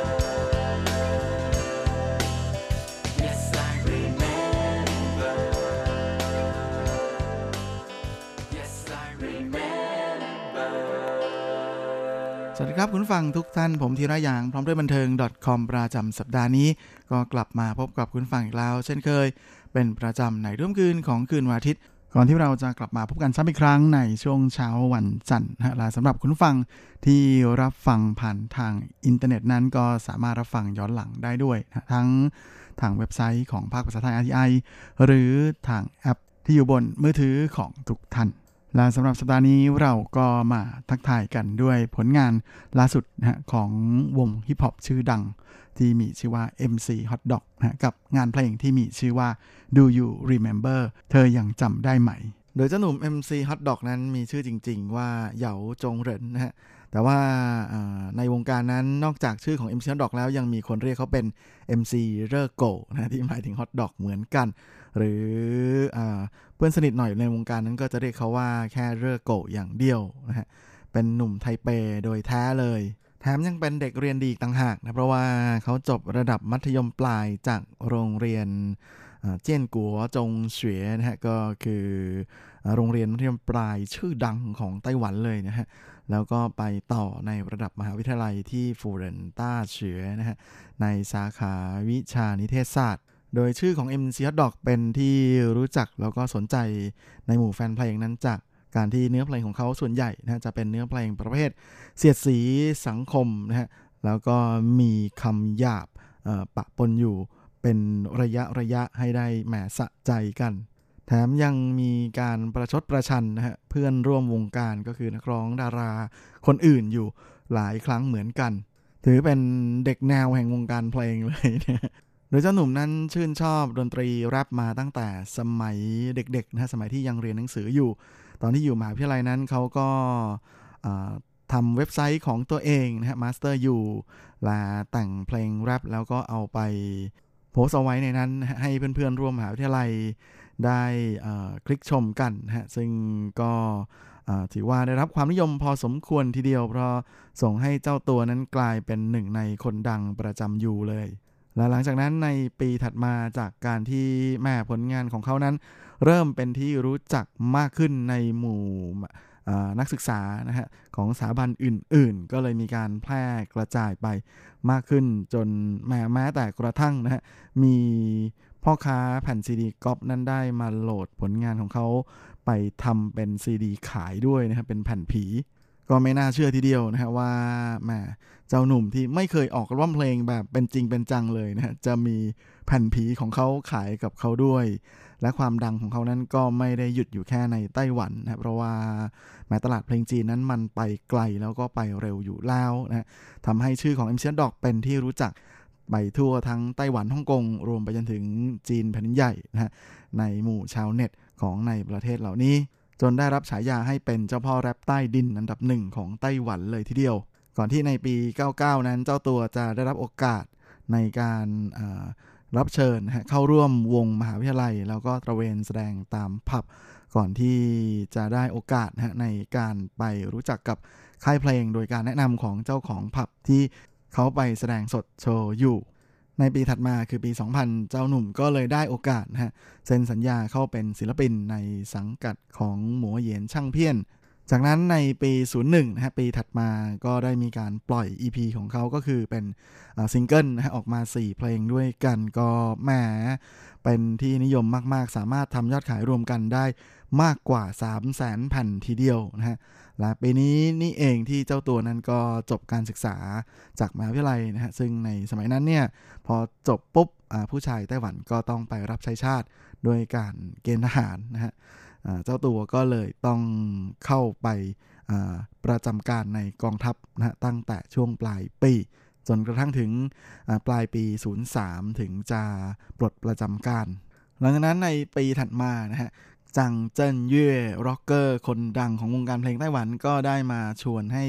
สวัสดีครับคุณฟังทุกท่านผมธีระยางพร้อมด้วยบันเทิง .com ประจำสัปดาห์นี้ก็กลับมาพบกับคุณฟังอีกแล้วเช่นเคยเป็นประจำในรุ่มคืนของคืนวันอาทิตย์ก่อนที่เราจะกลับมาพบกันซ้ำอีกครั้งในช่วงเช้าวันจันทร์และสำหรับคุณฟังที่รับฟังผ่านทางอินเทอร์เน็ตนั้นก็สามารถรับฟังย้อนหลังได้ด้วยทั้งทางเว็บไซต์ของภาคภาษาไทย RTI หรือทางแอปที่อยู่บนมือถือของทุกท่านและสำหรับสัปดาห์นี้เราก็มาทักทายกันด้วยผลงานล่าสุดของวงฮิปฮอปชื่อดังที่มีชื่อว่า MC Hot Dog กับงานเพลงที่มีชื่อว่า Do You Remember เธอยังจำได้ไหมโดยเจ้าหนุ่ม MC Hot Dog นั้นมีชื่อจริงๆว่าเหยาจงเหรินนะฮะแต่ว่าในวงการนั้นนอกจากชื่อของ MC Hot Dog แล้วยังมีคนเรียกเขาเป็น MC เร่อโกนะที่หมายถึง Hot Dog เหมือนกันหรือเพื่อนสนิทหน่อยในวงการนั้นก็จะเรียกเขาว่าแค่เร่อโกอย่างเดียวนะฮะเป็นหนุ่มไทเปโดยแท้เลยแถมยังเป็นเด็กเรียนดีต่างหากนะเพราะว่าเขาจบระดับมัธยมปลายจากโรงเรียนเจี้ยนกัวจงเสวียนะฮะก็คือโรงเรียนมัธยมปลายชื่อดังของไต้หวันเลยนะฮะแล้วก็ไปต่อในระดับมหาวิทยาลัยที่ฟูเหรินต้าเฉือนะฮะในสาขาวิชานิเทศศาสตร์โดยชื่อของ MC Hot Dog เป็นที่รู้จักแล้วก็สนใจในหมู่แฟนเพลงนั้นจากการที่เนื้อเพลงของเขาส่วนใหญ่นะจะเป็นเนื้อเพลงประเภทเสียดสีสังคมนะฮะแล้วก็มีคำหยาบปะปนอยู่เป็นระยะให้ได้แหมสะใจกันแถมยังมีการประชดประชันนะฮะเพื่อนร่วมวงการก็คือนักร้องดาราคนอื่นอยู่หลายครั้งเหมือนกันถือเป็นเด็กแนวแห่งวงการเพลงเลยนะโดยเจ้าหนุ่มนั้นชื่นชอบดนตรีแรปมาตั้งแต่สมัยเด็กๆนะสมัยที่ยังเรียนหนังสืออยู่ตอนที่อยู่มหาวิทยาลัยนั้นเขาก็ทำเว็บไซต์ของตัวเองนะฮะ Master อยู่และแต่งเพลงแรปแล้วก็เอาไปโพสต์เอาไว้ในนั้นให้เพื่อนๆร่วมมหาวิทยาลัยได้คลิกชมกันนะฮะซึ่งก็ถือว่าได้รับความนิยมพอสมควรทีเดียวเพราะส่งให้เจ้าตัวนั้นกลายเป็นหนึ่งในคนดังประจำอยู่เลยและหลังจากนั้นในปีถัดมาจากการที่แม่ผลงานของเขานั้นเริ่มเป็นที่รู้จักมากขึ้นในหมู่นักศึกษานะฮะของสถาบันอื่นๆก็เลยมีการแพร่กระจายไปมากขึ้นจนแม้แต่กระทั่งนะฮะมีพ่อค้าแผ่นซีดีก๊อปนั้นได้มาโหลดผลงานของเขาไปทำเป็นซีดีขายด้วยนะครับเป็นแผ่นผีก็ไม่น่าเชื่อทีเดียวนะฮะว่าแม่เจ้าหนุ่มที่ไม่เคยออกร้องเพลงแบบเป็นจริงเป็นจังเลยนะฮะจะมีแผ่นผีของเขาขายกับเขาด้วยและความดังของเขานั้นก็ไม่ได้หยุดอยู่แค่ในไต้หวันนะเพราะว่าแม้ตลาดเพลงจีนนั้นมันไปไกลแล้วก็ไปเร็วอยู่แล้วนะทำให้ชื่อของ MC Hot Dog เป็นที่รู้จักไปทั่วทั้งไต้หวันฮ่องกงรวมไปจนถึงจีนแผ่นดินใหญ่นะฮะในหมู่ชาวเน็ตของในประเทศเหล่านี้จนได้รับฉายาให้เป็นเจ้าพ่อแรปใต้ดินอันดับหนึ่งของไต้หวันเลยทีเดียวก่อนที่ในปี99นั้นเจ้าตัวจะได้รับโอกาสในการรับเชิญเข้าร่วมวงมหาวิทยาลัยแล้วก็ตระเวนแสดงตามผับก่อนที่จะได้โอกาสในการไปรู้จักกับค่ายเพลงโดยการแนะนำของเจ้าของผับที่เขาไปแสดงสดโชว์อยู่ในปีถัดมาคือปี 2000 เจ้าหนุ่มก็เลยได้โอกาสเซ็นสัญญาเข้าเป็นศิลปินในสังกัดของหมัวเหยียนช่างเพี้ยนจากนั้นในปี 01 ปีถัดมาก็ได้มีการปล่อย EP ของเขาก็คือเป็นซิงเกิลออกมา4เพลงด้วยกันก็แหมเป็นที่นิยมมากๆสามารถทำยอดขายรวมกันได้มากกว่า 300,000 แผ่นทีเดียวนะฮะและปีนี้นี่เองที่เจ้าตัวนั้นก็จบการศึกษาจากมหาวิทยาลัยนะฮะซึ่งในสมัยนั้นเนี่ยพอจบปุ๊บผู้ชายไต้หวันก็ต้องไปรับใช้ชาติโดยการเกณฑ์ทหารนะฮะเจ้าตัวก็เลยต้องเข้าไปประจำการในกองทัพนะฮะตั้งแต่ช่วงปลายปีจนกระทั่งถึงปลายปี 03 ถึงจะปลดประจำการหลังจากนั้นในปีถัดมานะฮะจังเจิ้นเย่ร็อกเกอร์คนดังของวงการเพลงไต้หวันก็ได้มาชวนให้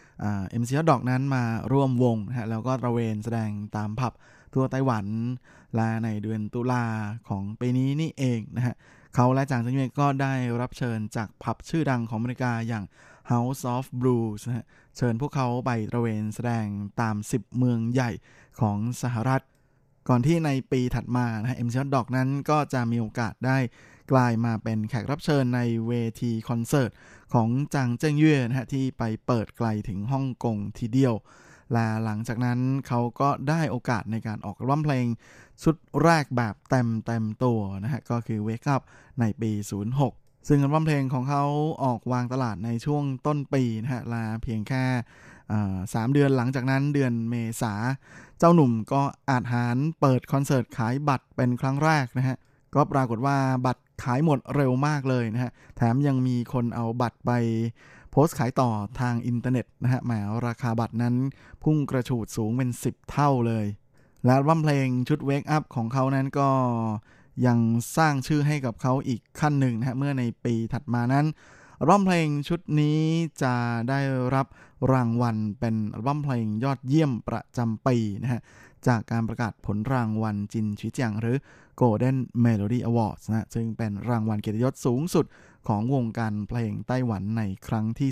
MC Hot Dog นั้นมาร่วมวงนะฮะแล้วก็ตระเวนแสดงตามผับทั่วไต้หวันและในเดือนตุลาของปีนี้นี่เองนะฮะเขาและจางเจิ้นเย่ก็ได้รับเชิญจากผับชื่อดังของอเมริกาอย่าง House of Blues นะฮะเชิญพวกเขาไปตระเวนแสดงตาม10เมืองใหญ่ของสหรัฐก่อนที่ในปีถัดมานะฮะ MC Hot Dog นั้นก็จะมีโอกาสได้กลายมาเป็นแขกรับเชิญในเวทีคอนเสิร์ตของจางเจิ้งเย่นะฮะที่ไปเปิดไกลถึงฮ่องกงทีเดียวและหลังจากนั้นเขาก็ได้โอกาสในการออกอัลบั้มเพลงชุดแรกแบบเต็มตัวนะฮะก็คือ Wake Up ในปี 06 ซึ่งอัลบั้มเพลงของเขาออกวางตลาดในช่วงต้นปีนะฮะและเพียงแค่3 เดือนหลังจากนั้นเดือนเมษาเจ้าหนุ่มก็อาจหาญเปิดคอนเสิร์ตขายบัตรเป็นครั้งแรกนะฮะก็ปรากฏว่าบัตรขายหมดเร็วมากเลยนะฮะแถมยังมีคนเอาบัตรไปโพสต์ขายต่อทางอินเทอร์เน็ตนะฮะแหมราคาบัตรนั้นพุ่งกระฉูดสูงเป็น10 เท่าเลยและอัลบั้มเพลงชุด Wake Up ของเขานั้นก็ยังสร้างชื่อให้กับเขาอีกขั้นหนึ่งนะฮะเมื่อในปีถัดมานั้นอัลบั้มเพลงชุดนี้จะได้รับรางวัลเป็นอัลบั้มเพลงยอดเยี่ยมประจำปีนะฮะจากการประกาศผลรางวัลจินชิเจียงหรือ Golden Melody Awards นะซึ่งเป็นรางวัลเกียรติยศสูงสุดของวงการเพลงไต้หวันในครั้งที่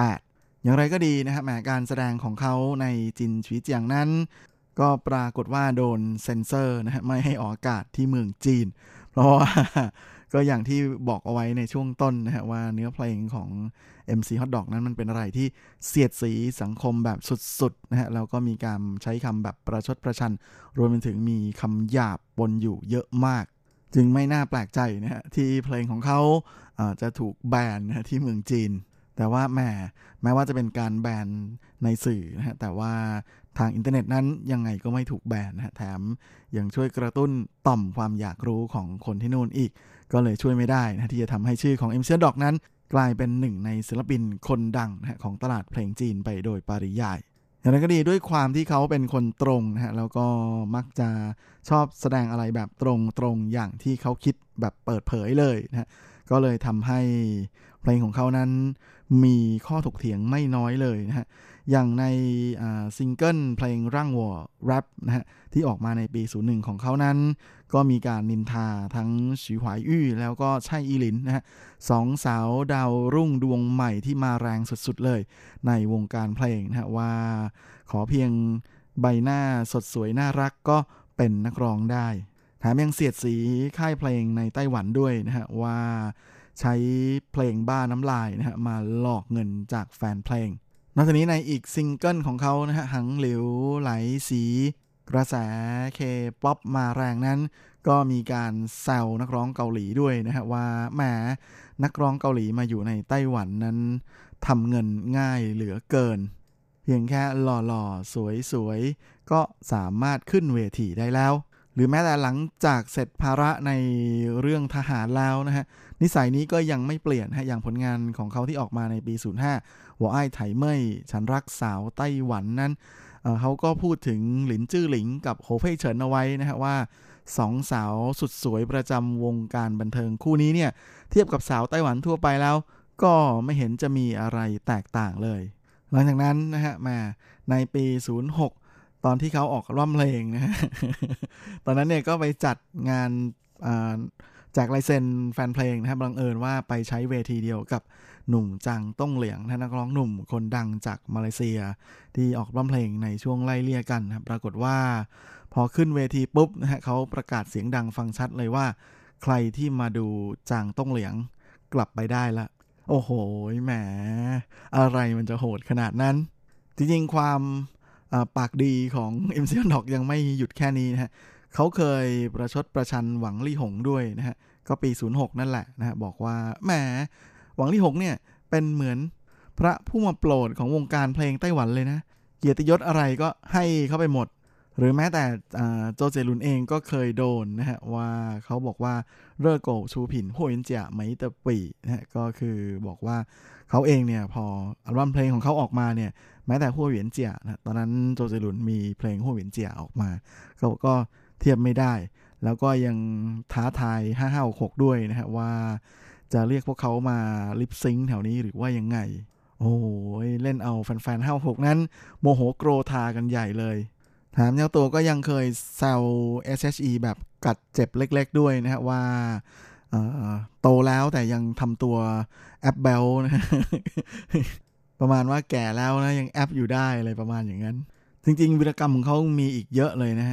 18 อย่างไรก็ดีนะฮะแม้การแสดงของเขาในจินชิเจียงนั้นก็ปรากฏว่าโดนเซ็นเซอร์นะฮะไม่ให้ออกอากาศที่เมืองจีนเพราะว่าก็อย่างที่บอกเอาไว้ในช่วงต้นนะฮะว่าเนื้อเพลงของ MC Hotdog นั้นมันเป็นอะไรที่เสียดสีสังคมแบบสุดๆนะฮะแล้วก็มีการใช้คำแบบประชดประชันรวมไปถึงมีคำหยาบปนอยู่เยอะมากจึงไม่น่าแปลกใจนะฮะที่เพลงของเขาจะถูกแบนนะฮะที่เมืองจีนแต่ว่าแม้ว่าจะเป็นการแบนในสื่อนะฮะแต่ว่าทางอินเทอร์เน็ตนั้นยังไงก็ไม่ถูกแบนนะฮะแถมยังช่วยกระตุ้นต่อมความอยากรู้ของคนที่นู่นอีกก็เลยช่วยไม่ได้นะที่จะทำให้ชื่อของ MC Hotdog นั้นกลายเป็นหนึ่งในศิลปินคนดังนะฮะของตลาดเพลงจีนไปโดยปริยายอย่างไรก็ดีด้วยความที่เขาเป็นคนตรงนะฮะแล้วก็มักจะชอบแสดงอะไรแบบตรงอย่างที่เขาคิดแบบเปิดเผยเลยนะฮะก็เลยทำให้เพลงของเขานั้นมีข้อถกเถียงไม่น้อยเลยนะฮะอย่างในซิงเกิลเพลงร่างวัวแรปนะฮะที่ออกมาในปี 01 ของเขานั้นก็มีการนินทาทั้งฉีหวายอี้แล้วก็ไช่อีหลินนะฮะสองสาวดาวรุ่งดวงใหม่ที่มาแรงสุดๆเลยในวงการเพลงนะฮะว่าขอเพียงใบหน้าสดสวยน่ารักก็เป็นนักร้องได้แถมยังเสียดสีค่ายเพลงในไต้หวันด้วยนะฮะว่าใช้เพลงบ้าน้ำลายนะฮะมาหลอกเงินจากแฟนเพลงนอกจากนี้ในอีกซิงเกิลของเขานะฮะหังหลิวไหลสีกระแสเคป๊อปมาแรงนั้นก็มีการแซวนักร้องเกาหลีด้วยนะฮะว่าแหมนักร้องเกาหลีมาอยู่ในไต้หวันนั้นทำเงินง่ายเหลือเกินเพียงแค่หล่อๆสวยๆก็สามารถขึ้นเวทีได้แล้วหรือแม้แต่หลังจากเสร็จภาระในเรื่องทหารแล้วนะฮะนิสัยนี้ก็ยังไม่เปลี่ยนฮะอย่างผลงานของเขาที่ออกมาในปี 05หัวอ้ายไถเม่ยฉันรักสาวไต้หวันนั้นเขาก็พูดถึงหลินจื้อหลิงกับโหเพ่ยเฉินเอาไว้นะฮะว่าสองสาวสุดสวยประจำวงการบันเทิงคู่นี้เนี่ยเทียบกับสาวไต้หวันทั่วไปแล้วก็ไม่เห็นจะมีอะไรแตกต่างเลยหลังจากนั้นนะฮะมาในปี 06ตอนที่เขาออกอัลบั้มเพลงนะฮะ ตอนนั้นเนี่ยก็ไปจัดงานจากลายเซ็นแฟนเพลงนะครับบังเอิญว่าไปใช้เวทีเดียวกับหนุ่มจางต้งเหลียงนักร้องหนุ่มคนดังจากมาเลเซียที่ออกอัลบั้มเพลงในช่วงไล่เลี่ยกันครับปรากฏว่าพอขึ้นเวทีปุ๊บนะฮะเขาประกาศเสียงดังฟังชัดเลยว่าใครที่มาดูจางต้งเหลียงกลับไปได้ละโอ้โหแหมอะไรมันจะโหดขนาดนั้นจริงๆความปากดีของ MC Hotdog ยังไม่หยุดแค่นี้นะฮะเขาเคยประชดประชันหวังลี่หงด้วยนะฮะก็ปี 06นั่นแหละนะฮะบอกว่าแหมหวังลี่หงเนี่ยเป็นเหมือนพระผู้มาโปรดของวงการเพลงไต้หวันเลยนะเกียรติยศอะไรก็ให้เขาไปหมดหรือแม้แต่โจเจลุนเองก็เคยโดนนะฮะว่าเขาบอกว่าเร่อโกชูผินโฮยินเจียไหมเตอปีนะฮะก็คือบอกว่าเขาเองเนี่ยพออัลบั้มเพลงของเขาออกมาเนี่ยแม้แต่ฮั่วเหวียนเจียนะตอนนั้นโจเจลุนมีเพลงฮั่วเหวียนเจียออกมาเขาก็เทียบไม่ได้แล้วก็ยังท้าทาย5566ด้วยนะฮะว่าจะเรียกพวกเขามาลิปซิงค์แถวนี้หรือว่ายังไงโอ้ยเล่นเอาแฟนๆ56นั้นโมโหโกรธากันใหญ่เลยแถมเจ้าตัวก็ยังเคยแซว SHE แบบกัดเจ็บเล็กๆด้วยนะฮะว่าโตแล้วแต่ยังทำตัวแอปเบลนะประมาณว่าแก่แล้วนะยังแอปอยู่ได้อะไรประมาณอย่างนั้นจริงๆวีรกรรมของเขามีอีกเยอะเลยนะฮะ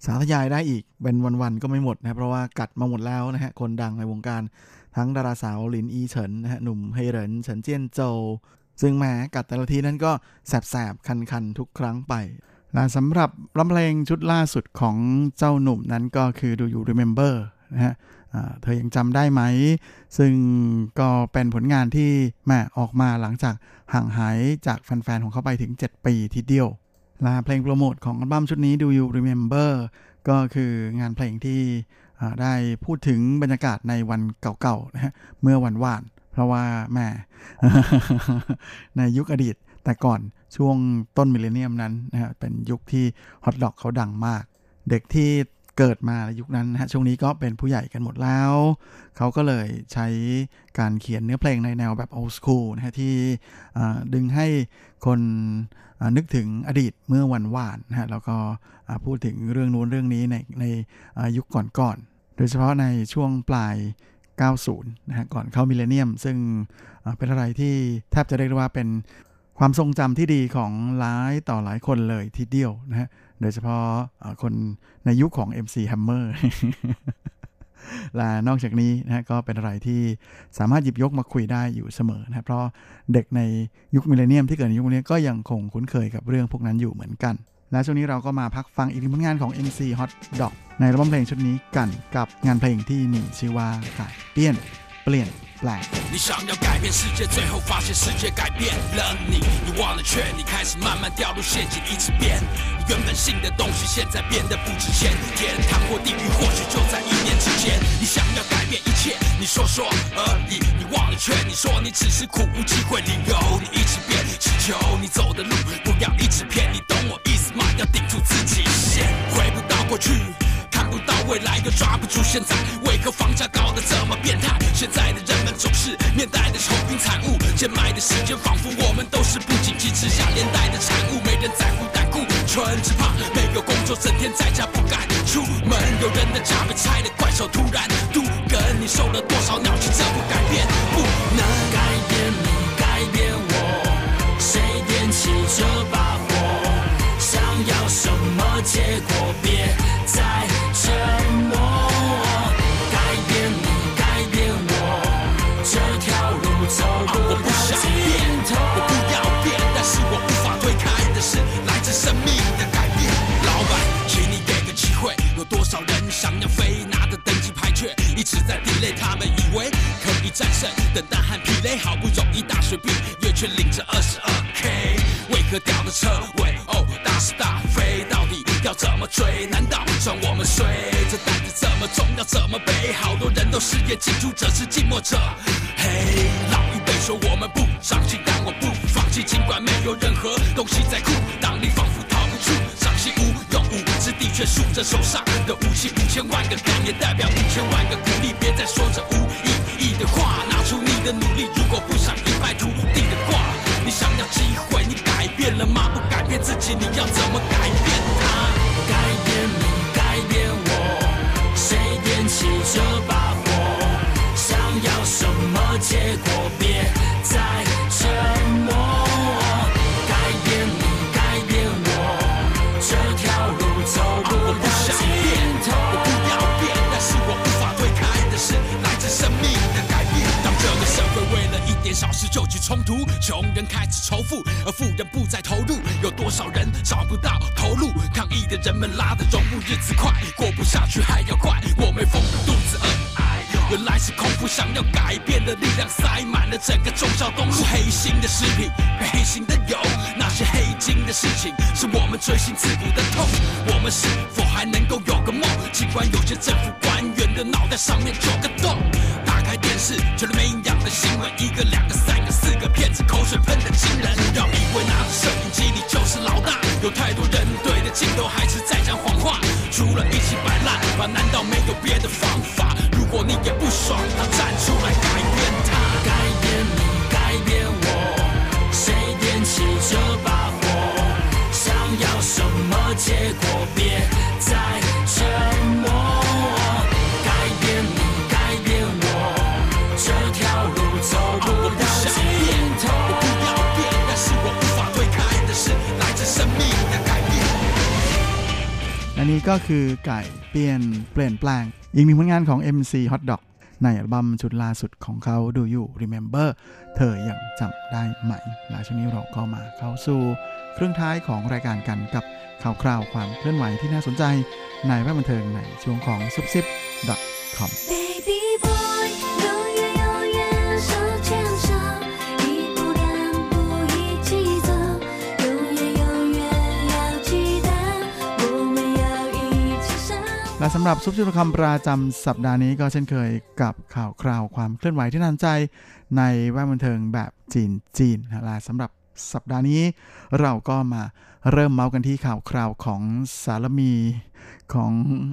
สาธยายได้อีกเป็นวันๆก็ไม่หมดนะเพราะว่ากัดมาหมดแล้วนะฮะคนดังในวงการทั้งดาราสาวหลินอีเฉินนะฮะหนุ่มเฮเหรินเฉินเจี้ยนโจวซึ่งแม้กัดแต่ละทีนั้นก็แสบๆคันๆทุกครั้งไปและสำหรับร้องเพลงชุดล่าสุดของเจ้าหนุ่มนั้นก็คือ Do You Remember นะฮะเธอยังจำได้ไหมซึ่งก็เป็นผลงานที่แม่ออกมาหลังจากห่างหายจากแฟนๆของเขาไปถึง7ปีทีเดียวและเพลงโปรโมทของอัลบั้มชุดนี้ Do You Remember ก็คืองานเพลงที่ได้พูดถึงบรรยากาศในวันเก่าๆนะฮะเมื่อวันวานเพราะว่าแม่ ในยุคอดีตแต่ก่อนช่วงต้นมิลเลนเนียมนั้นนะฮะเป็นยุคที่ฮอตดอกเขาดังมากเด็กที่เกิดมาในยุคนั้นนะฮะช่วงนี้ก็เป็นผู้ใหญ่กันหมดแล้วเขาก็เลยใช้การเขียนเนื้อเพลงในแนวแบบ old school นะฮะที่ดึงให้คนนึกถึงอดีตเมื่อวันวานนะฮะแล้วก็พูดถึงเรื่องนู้นเรื่องนี้ในยุคก่อนๆโดยเฉพาะในช่วงปลาย90นะฮะก่อนเข้ามิลเลนเนียมซึ่งเป็นอะไรที่แทบจะเรียกว่าเป็นความทรงจำที่ดีของหลายต่อหลายคนเลยทีเดียวนะฮะโดยเฉพาะคนในยุคของ MC Hammer และนอกจากนี้นะฮะก็เป็นอะไรที่สามารถหยิบยกมาคุยได้อยู่เสมอนะเพราะเด็กในยุคมิลเลนเนียมที่เกิดในยุคนี้ก็ยังคงคุ้นเคยกับเรื่องพวกนั้นอยู่เหมือนกันและช่วงนี้เราก็มาพักฟังอีกหนึ่งผลงานของ MC Hot Dog ในอัลบั้มเพลงชุดนี้กันกับงานเพลงที่มีชื่อว่าเปลี่ยน你想要改变世界，最后发现世界改变了你。你忘了却你开始慢慢掉入陷阱，一直变。你原本信的东西，现在变得不值钱。天堂或地狱，或许就在一念之间。你想要改变一切，你说而已。你忘了却你说你只是苦无机会理由。你一直变，祈求你走的路不要一直骗。你懂我意思吗？要顶住自己线，回不到过去。看不到未来又抓不住现在，为何房价高得这么变态？现在的人们总是面带的愁云惨雾，贱卖的时间仿佛我们都是不景气之下连带的产物，没人在乎胆固醇，只怕没有工作，整天在家不敢出门。有人的家被拆了，怪兽突然都跟你受了多少鸟气，这不改变，不能改变你，改变我，谁点起这把火？想要什么结果？别再沉默，改变你，改变我，这条路走不到尽头。我不要变，但是我无法推开的是来自生命的改变。老板，请你给个机会，有多少人想要飞，拿着登机牌却一直在 delay， 他们以为可以战胜等待和疲累，好不容易大学毕业却领着22K， 为何掉了车尾？哦，大是大非，到底要怎么追？难道算我们衰？这担子这么重，要怎么背？好多人都失业，记住这是寂寞者。嘿，老一辈说我们不伤心，但我不放弃，尽管没有任何东西在哭，当你仿佛逃不出伤心无用武之地，却数着手上的武器，5000万个干也代表5000万个鼓励。别再说这无意义的话，拿出你的努力。如果不想一败涂地的话，你想要机会，你改变了吗？不改变自己，你要怎么改变它？改变你，改变我，谁点起这把火？想要什么结果？别再沉默。改变你，改变我，这条路走不到尽头。我不要变，但是我无法推开的是来自生命的改变。当这个社会为了一点小事就去冲突，穷人开始仇富，而富人不再投入，有多少人找不到头路？抗议的人们拉的容不日子快，过不下去还要怪我没缝肚子而已。原来是空腹想要改变的力量塞满了整个忠孝东路，黑心的食品配黑心的油，那些黑金的事情是我们锥心刺骨的痛。我们是否还能够有个梦？尽管有些政府官员的脑袋上面9个洞，打开电视觉得没营养的新闻，1个、2个、3个、4个，骗子口水喷的惊人，要以为拿着摄影机你就是老大，有太多人对着镜头还是在讲谎话，除了一起摆烂吧，难道没有别的方法？如果你也不爽，那站出来改变它。改变你，改变我，谁点起这把火？想要什么结果？别再沉默。改变你，改变我，这条路走不到尽头。我不要变，但是我无法推开的是来自生命的改变。 และนี่ก็คือไก่เปลี่ยนแปลงอีกหนึ่งผลงานของ MC Hotdog ในอัลบั้มชุดล่าสุดของเขา Do You Remember เธอยังจำได้ไหมและช่วงนี้เราก็มาเข้าสู่ครึ่งท้ายของรายการกันกับข่าวคราวความเคลื่อนไหวที่น่าสนใจในแวดบันเทิงในช่วงของ subsip.comและสำหรับซุปซิปคำประจำสัปดาห์นี้ก็เช่นเคยกับข่าวคราวความเคลื่อนไหวที่น่าสนใจในแวดบันเทิงแบบจีนและสำหรับสัปดาห์นี้เราก็มาเริ่มเมาส์กันที่ข่าวคราวของสารมีของ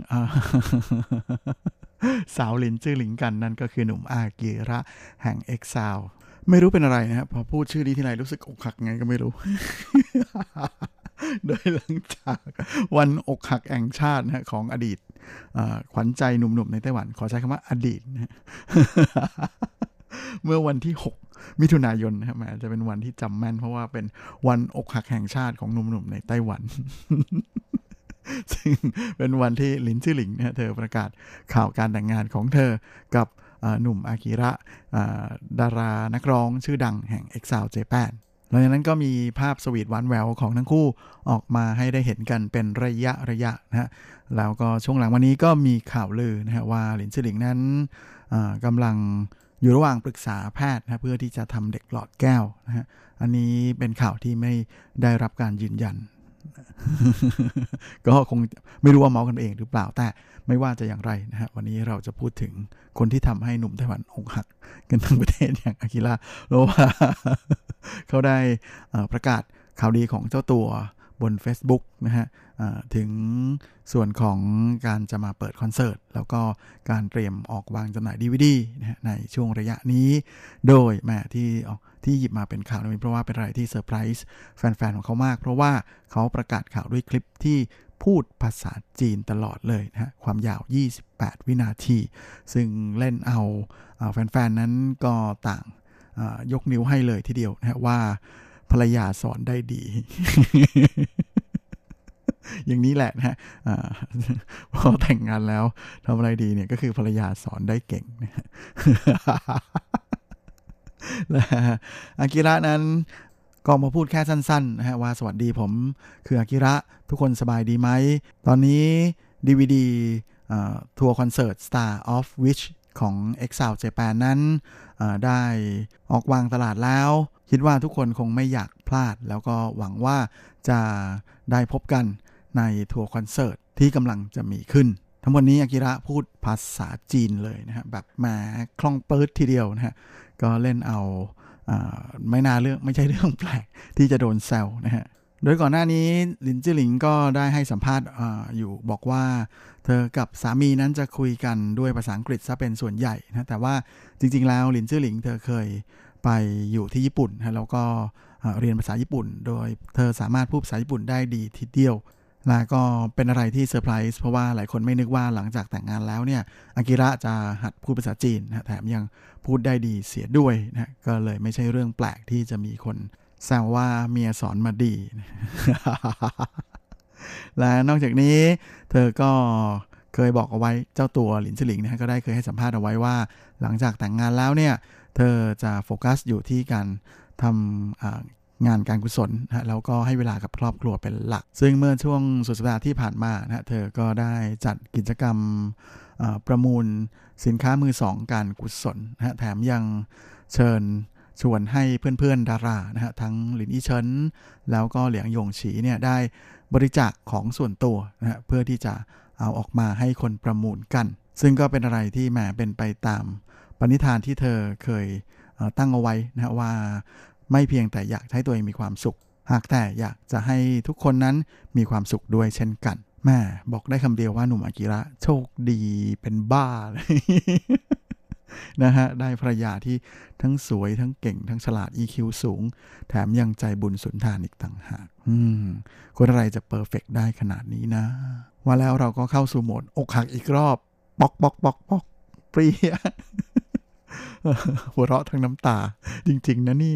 สาวหลินจื้อหลิงกันนั่นก็คือหนุ่มอากิระแห่ง EXILE ไม่รู้เป็นอะไรนะครับพอพูดชื่อนี้ทีไรรู้สึกอกหักไงก็ไม่รู้ โดยหลังจากวันอกหักแห่งชาตินะของอดีตขวัญใจหนุ่มๆในไต้หวันขอใช้คำว่าอดีตนะเมื่อวันที่6มิถุนายนนะครับจะเป็นวันที่จำแม่นเพราะว่าเป็นวันอกหักแห่งชาติของหนุ่มๆในไต้หวัน ซึ่งเป็นวันที่หลินจื้อหลิงนะเธอประกาศข่าวการแต่งงานของเธอกับหนุ่มอากิระดารานักร้องชื่อดังแห่ง EXILE Japanหลังจากนั้นก็มีภาพสวีทหวานแหววของทั้งคู่ออกมาให้ได้เห็นกันเป็นระยะนะฮะแล้วก็ช่วงหลังวันนี้ก็มีข่าวลือนะฮะว่าหลินจื้อหลิงนั้นกำลังอยู่ระหว่างปรึกษาแพทย์นะเพื่อที่จะทำเด็กหลอดแก้วนะฮะอันนี้เป็นข่าวที่ไม่ได้รับการยืนยัน ก็คงไม่รู้ว่าเมาส์กันเองหรือเปล่าแต่ไม่ว่าจะอย่างไรนะฮะวันนี้เราจะพูดถึงคนที่ทำให้หนุ่มไต้หวันอกหักกันทั้งประเทศอย่างอากิระเพราะว่า เขาได้ประกาศข่าวดีของเจ้าตัวบน Facebook นะฮะถึงส่วนของการจะมาเปิดคอนเสิร์ตแล้วก็การเตรียมออกวางจำหน่าย DVD นะฮะในช่วงระยะนี้โดยแม่ที่หยิบมาเป็นข่าวนี้เพราะว่าเป็นอะไรที่เซอร์ไพรส์แฟนๆของเขามากเพราะว่าเขาประกาศข่าวด้วยคลิปที่พูดภาษาจีนตลอดเลยนะฮะความยาว28วินาทีซึ่งเล่นเอาแฟนๆนั้นก็ต่างยกนิ้วให้เลยทีเดียวนะฮะว่าภรรยาสอนได้ดี อย่างนี้แหละนะฮะพอแต่งงานแล้วทำอะไรดีเนี่ยก็คือภรรยาสอนได้เก่งนะฮะ และอากิระนั้นก็มาพูดแค่สั้นๆนะฮะว่าสวัสดีผมคืออากิระทุกคนสบายดีไหมตอนนี้ DVD ทัวร์คอนเสิร์ต Star of Which ของ EXILE Japan นั้นได้ออกวางตลาดแล้วคิดว่าทุกคนคงไม่อยากพลาดแล้วก็หวังว่าจะได้พบกันในทัวร์คอนเสิร์ตที่กำลังจะมีขึ้นทั้งหมดนี้อากิระพูดภาษาจีนเลยนะฮะแบบมาคล่องปื๊ดทีเดียวนะฮะก็เล่นเอาไม่ใช่เรื่องแปลกที่จะโดนแซวนะฮะโดยก่อนหน้านี้หลินจื้อหลิงก็ได้ให้สัมภาษณ์อยู่บอกว่าเธอกับสามีนั้นจะคุยกันด้วยภาษาอังกฤษซะเป็นส่วนใหญ่นะแต่ว่าจริงๆแล้วหลินจื้อหลิงเธอเคยไปอยู่ที่ญี่ปุ่นนะแล้วก็เรียนภาษาญี่ปุ่นโดยเธอสามารถพูดภาษาญี่ปุ่นได้ดีทีเดียวและก็เป็นอะไรที่เซอร์ไพรส์เพราะว่าหลายคนไม่นึกว่าหลังจากแต่งงานแล้วเนี่ยอากิระจะหัดพูดภาษาจีนนะแถมยังพูดได้ดีเสียด้วยนะก็เลยไม่ใช่เรื่องแปลกที่จะมีคนแซวว่าเมียสอนมาดี และนอกจากนี้เธอก็เคยบอกเอาไว้เจ้าตัวหลินจื้อหลิงนะก็ได้เคยให้สัมภาษณ์เอาไว้ว่าหลังจากแต่งงานแล้วเนี่ยเธอจะโฟกัสอยู่ที่การทำงานการกุศลนะแล้วก็ให้เวลากับครอบครัวเป็นหลักซึ่งเมื่อช่วงสุดสัปดาห์ที่ผ่านมานะเธอก็ได้จัดกิจกรรมประมูลสินค้ามือสองการกุศลนะแถมยังเชิญชวนให้เพื่อนๆดารานะฮะทั้งหลินอี้เฉินแล้วก็เหลียงหยงฉีเนี่ยได้บริจาคของส่วนตัวนะฮะเพื่อที่จะเอาออกมาให้คนประมูลกันซึ่งก็เป็นอะไรที่แหมเป็นไปตามปณิธานที่เธอเคยตั้งเอาไว้นะฮะว่าไม่เพียงแต่อยากให้ตัวเองมีความสุขหากแต่อยากจะให้ทุกคนนั้นมีความสุขด้วยเช่นกันแม่บอกได้คำเดียวว่าหนุ่มอากิระโชคดีเป็นบ้าเลย นะฮะได้ภรรยาที่ทั้งสวยทั้งเก่งทั้งฉลาด EQ สูงแถมยังใจบุญสุนทานอีกต่างหากคนอะไรจะเพอร์เฟกต์ได้ขนาดนี้นะว่าแล้วเราก็เข้าสู่โหมดอกหักอีกรอบปอกเปรี้ย หัวเราะทั้งน้ำตาจริงๆนะนี่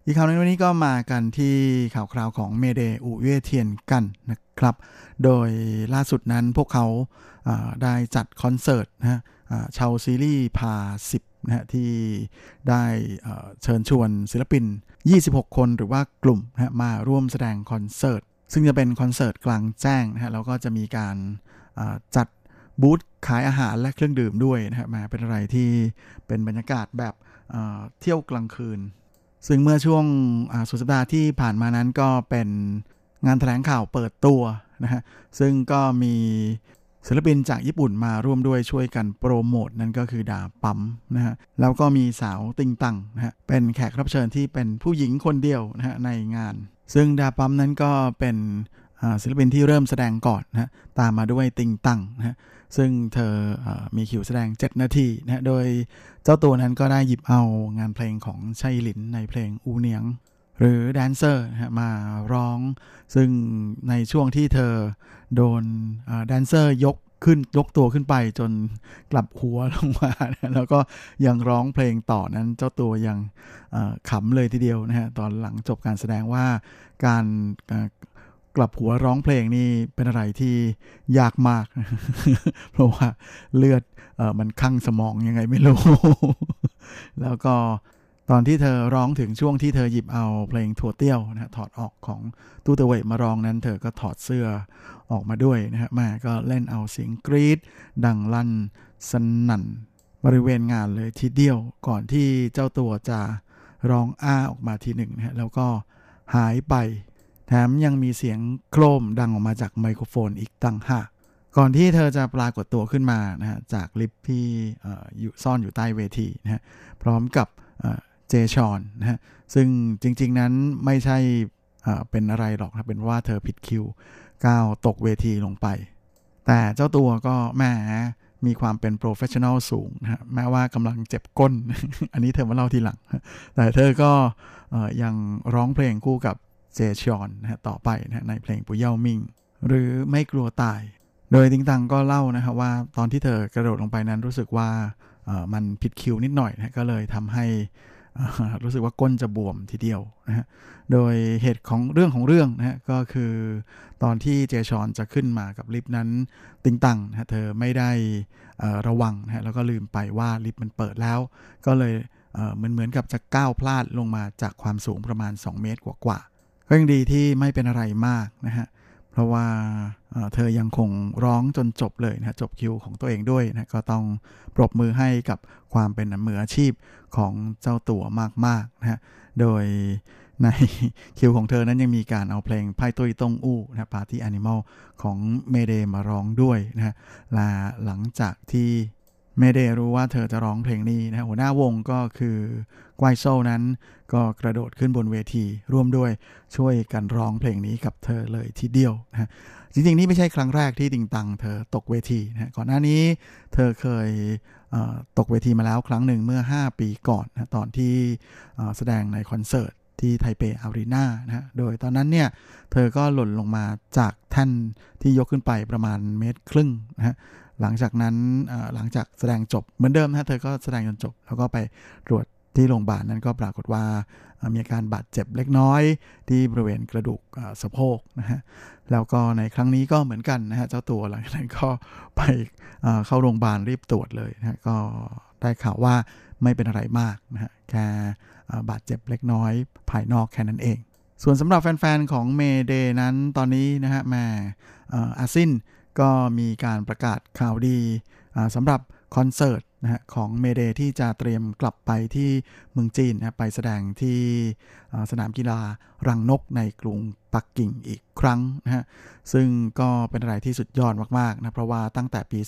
อีกข่าวในวันนี้ก็มากันที่ข่าวคราวของเมเดอูเว่เทียนกันนะครับโดยล่าสุดนั้นพวกเขาได้จัดคอนเสิร์ตนะชาวซีรีส์พา10นะฮะที่ได้เชิญชวนศิลปิน26คนหรือว่ากลุ่มนะมาร่วมแสดงคอนเสิร์ตซึ่งจะเป็นคอนเสิร์ตกลางแจ้งนะฮะแล้วก็จะมีการจัดบูธขายอาหารและเครื่องดื่มด้วยนะฮะมาเป็นอะไรที่เป็นบรรยากาศแบบเที่ยวกลางคืนซึ่งเมื่อช่วงสุดสัปดาห์ที่ผ่านมานั้นก็เป็นงานแถลงข่าวเปิดตัวนะฮะซึ่งก็มีศิลปินจากญี่ปุ่นมาร่วมด้วยช่วยกันโปรโมทนั่นก็คือดาปั๊มนะฮะแล้วก็มีสาวติงตังนะฮะเป็นแขกรับเชิญที่เป็นผู้หญิงคนเดียวนะฮะในงานซึ่งดาปั๊มนั้นก็เป็นศิลปินที่เริ่มแสดงก่อนนะตามมาด้วยติงตังนะฮะซึ่งเธอมีคิวแสดง7นาทีนะฮะโดยเจ้าตัวนั้นก็ได้หยิบเอางานเพลงของไช่หลินในเพลงอูเนียงหรือแดนเซอร์นะฮะมาร้องซึ่งในช่วงที่เธอโดนแดนเซอร์ยกตัวขึ้นไปจนกลับหัวลงมาแล้วก็ยังร้องเพลงต่อนั้นเจ้าตัวยังขำเลยทีเดียวนะฮะตอนหลังจบการแสดงว่าการกลับหัวร้องเพลงนี่เป็นอะไรที่ยากมาก เพราะว่าเลือดมันคั่งสมองยังไงไม่รู้ แล้วก็ตอนที่เธอร้องถึงช่วงที่เธอหยิบเอาเพลงถั่วเตี้ยวนะถอดออกของตู้เตเว่มาร้องนั้นเธอก็ถอดเสื้อออกมาด้วยนะฮะแม่ก็เล่นเอาเสียงกรี๊ดดังลั่นสนั่นบริเวณงานเลยทีเดียวก่อนที่เจ้าตัวจะร้องอ้าออกมาทีหนึ่งนะฮะแล้วก็หายไปแถมยังมีเสียงโครมดังออกมาจากไมโครโฟนอีกต่างหากก่อนที่เธอจะปรากฏตัวขึ้นมานะฮะจากลิฟท์ที่อยู่ซ่อนอยู่ใต้เวทีนะฮะพร้อมกับเจชอนนะฮะซึ่งจริงๆนั้นไม่ใช่เป็นอะไรหรอกนะเป็นว่าเธอผิดคิวก้าวตกเวทีลงไปแต่เจ้าตัวก็แหมมีความเป็นโปรเฟสชั่นอลสูงนะฮะแม้ว่ากำลังเจ็บก้น อันนี้เธอมาเล่าทีหลังแต่เธอก็ยังร้องเพลงคู่กับเจชอนนะฮะต่อไปนะในเพลงปุยเย่ามิงหรือไม่กลัวตายโดยติงตังก็เล่านะครับว่าตอนที่เธอกระโดดลงไปนั้นรู้สึกว่ามันผิดคิวนิดหน่อยนะก็เลยทำให้รู้สึกว่าก้นจะบวมทีเดียวนะฮะโดยเหตุของเรื่องนะฮะก็คือตอนที่เจชอนจะขึ้นมากับลิฟต์นั้นติงตังนะฮะเธอไม่ได้ระวังนะฮะแล้วก็ลืมไปว่าลิฟต์มันเปิดแล้วก็เลยเหมือนกับจะก้าวพลาดลงมาจากความสูงประมาณ2เมตรกว่าก็ยังดีที่ไม่เป็นอะไรมากนะฮะเพราะว่าเธอยังคงร้องจนจบเลยนะจบคิวของตัวเองด้วยนะก็ต้องปรบมือให้กับความเป็นมืออาชีพของเจ้าตัวมากๆนะฮะโดยในคิวของเธอนั้นยังมีการเอาเพลงไพ่ตุ้ยตงอู้นะปาร์ตี้แอนิมอลของเมเดมาร้องด้วยนะฮะและหลังจากที่เมเดรู้ว่าเธอจะร้องเพลงนี้นะหัวหน้าวงก็คือกวายโซนั้นก็กระโดดขึ้นบนเวทีร่วมด้วยช่วยกันร้องเพลงนี้กับเธอเลยทีเดียวนะจริงๆนี่ไม่ใช่ครั้งแรกที่ติงตังเธอตกเวทีนะก่อนหน้านี้เธอเคยตกเวทีมาแล้วครั้งหนึ่งเมื่อ5ปีก่อนนะตอนที่แสดงในคอนเสิร์ตที่ไทเปอารีนานะฮะโดยตอนนั้นเนี่ยเธอก็หล่นลงมาจากแท่นที่ยกขึ้นไปประมาณ1.5 เมตรนะฮะหลังจากนั้นหลังจากแสดงจบเหมือนเดิมนะเธอก็แสดงจนจบแล้วก็ไปตรวจที่โรงพยาบาลนั้นก็ปรากฏว่ามีอาการบาดเจ็บเล็กน้อยที่บริเวณกระดูกสะโพกนะฮะแล้วก็ในครั้งนี้ก็เหมือนกันนะฮะเจ้าตัวหลังจากนั้นก็ไปเข้าโรงพยาบาลรีบตรวจเลยนะก็ได้ข่าวว่าไม่เป็นอะไรมากนะฮะแค่บาดเจ็บเล็กน้อยภายนอกแค่นั้นเองส่วนสำหรับแฟนๆของเมเดย์นั้นตอนนี้นะฮะแม่อาซินก็มีการประกาศข่าวดีสำหรับคอนเสิร์ตนะฮะของเมเดย์ที่จะเตรียมกลับไปที่เมืองจีนนะไปแสดงที่สนามกีฬารังนกในกรุงปักกิ่งอีกครั้งนะฮะซึ่งก็เป็นอะไรที่สุดยอดมากๆนะเพราะว่าตั้งแต่ปี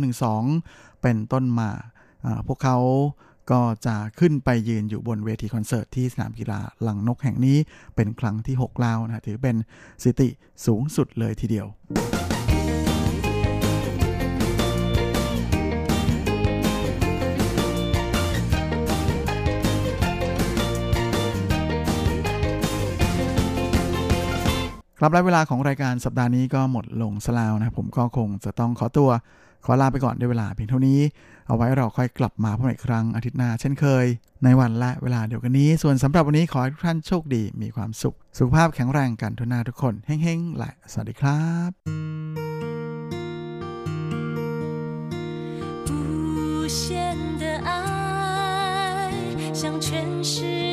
2012 เป็นต้นมาพวกเขาก็จะขึ้นไปยืนอยู่บนเวทีคอนเสิร์ตที่สนามกีฬารังนกแห่งนี้เป็นครั้งที่6แล้วนะถือเป็นสถิติสูงสุดเลยทีเดียวครับและเวลาของรายการสัปดาห์นี้ก็หมดลงซะแล้วนะผมก็คงจะต้องขอตัวขอลาไปก่อนด้วยเวลาเพียงเท่านี้เอาไว้เราค่อยกลับมาพบกันอีกครั้งอาทิตย์หน้าเช่นเคยในวันและเวลาเดียวกันนี้ส่วนสำหรับวันนี้ขอให้ทุกท่านโชคดีมีความสุขสุขภาพแข็งแรงกันทุกหน้าทุกคนเฮ้งๆและสวัสดีครับ无限的爱向全世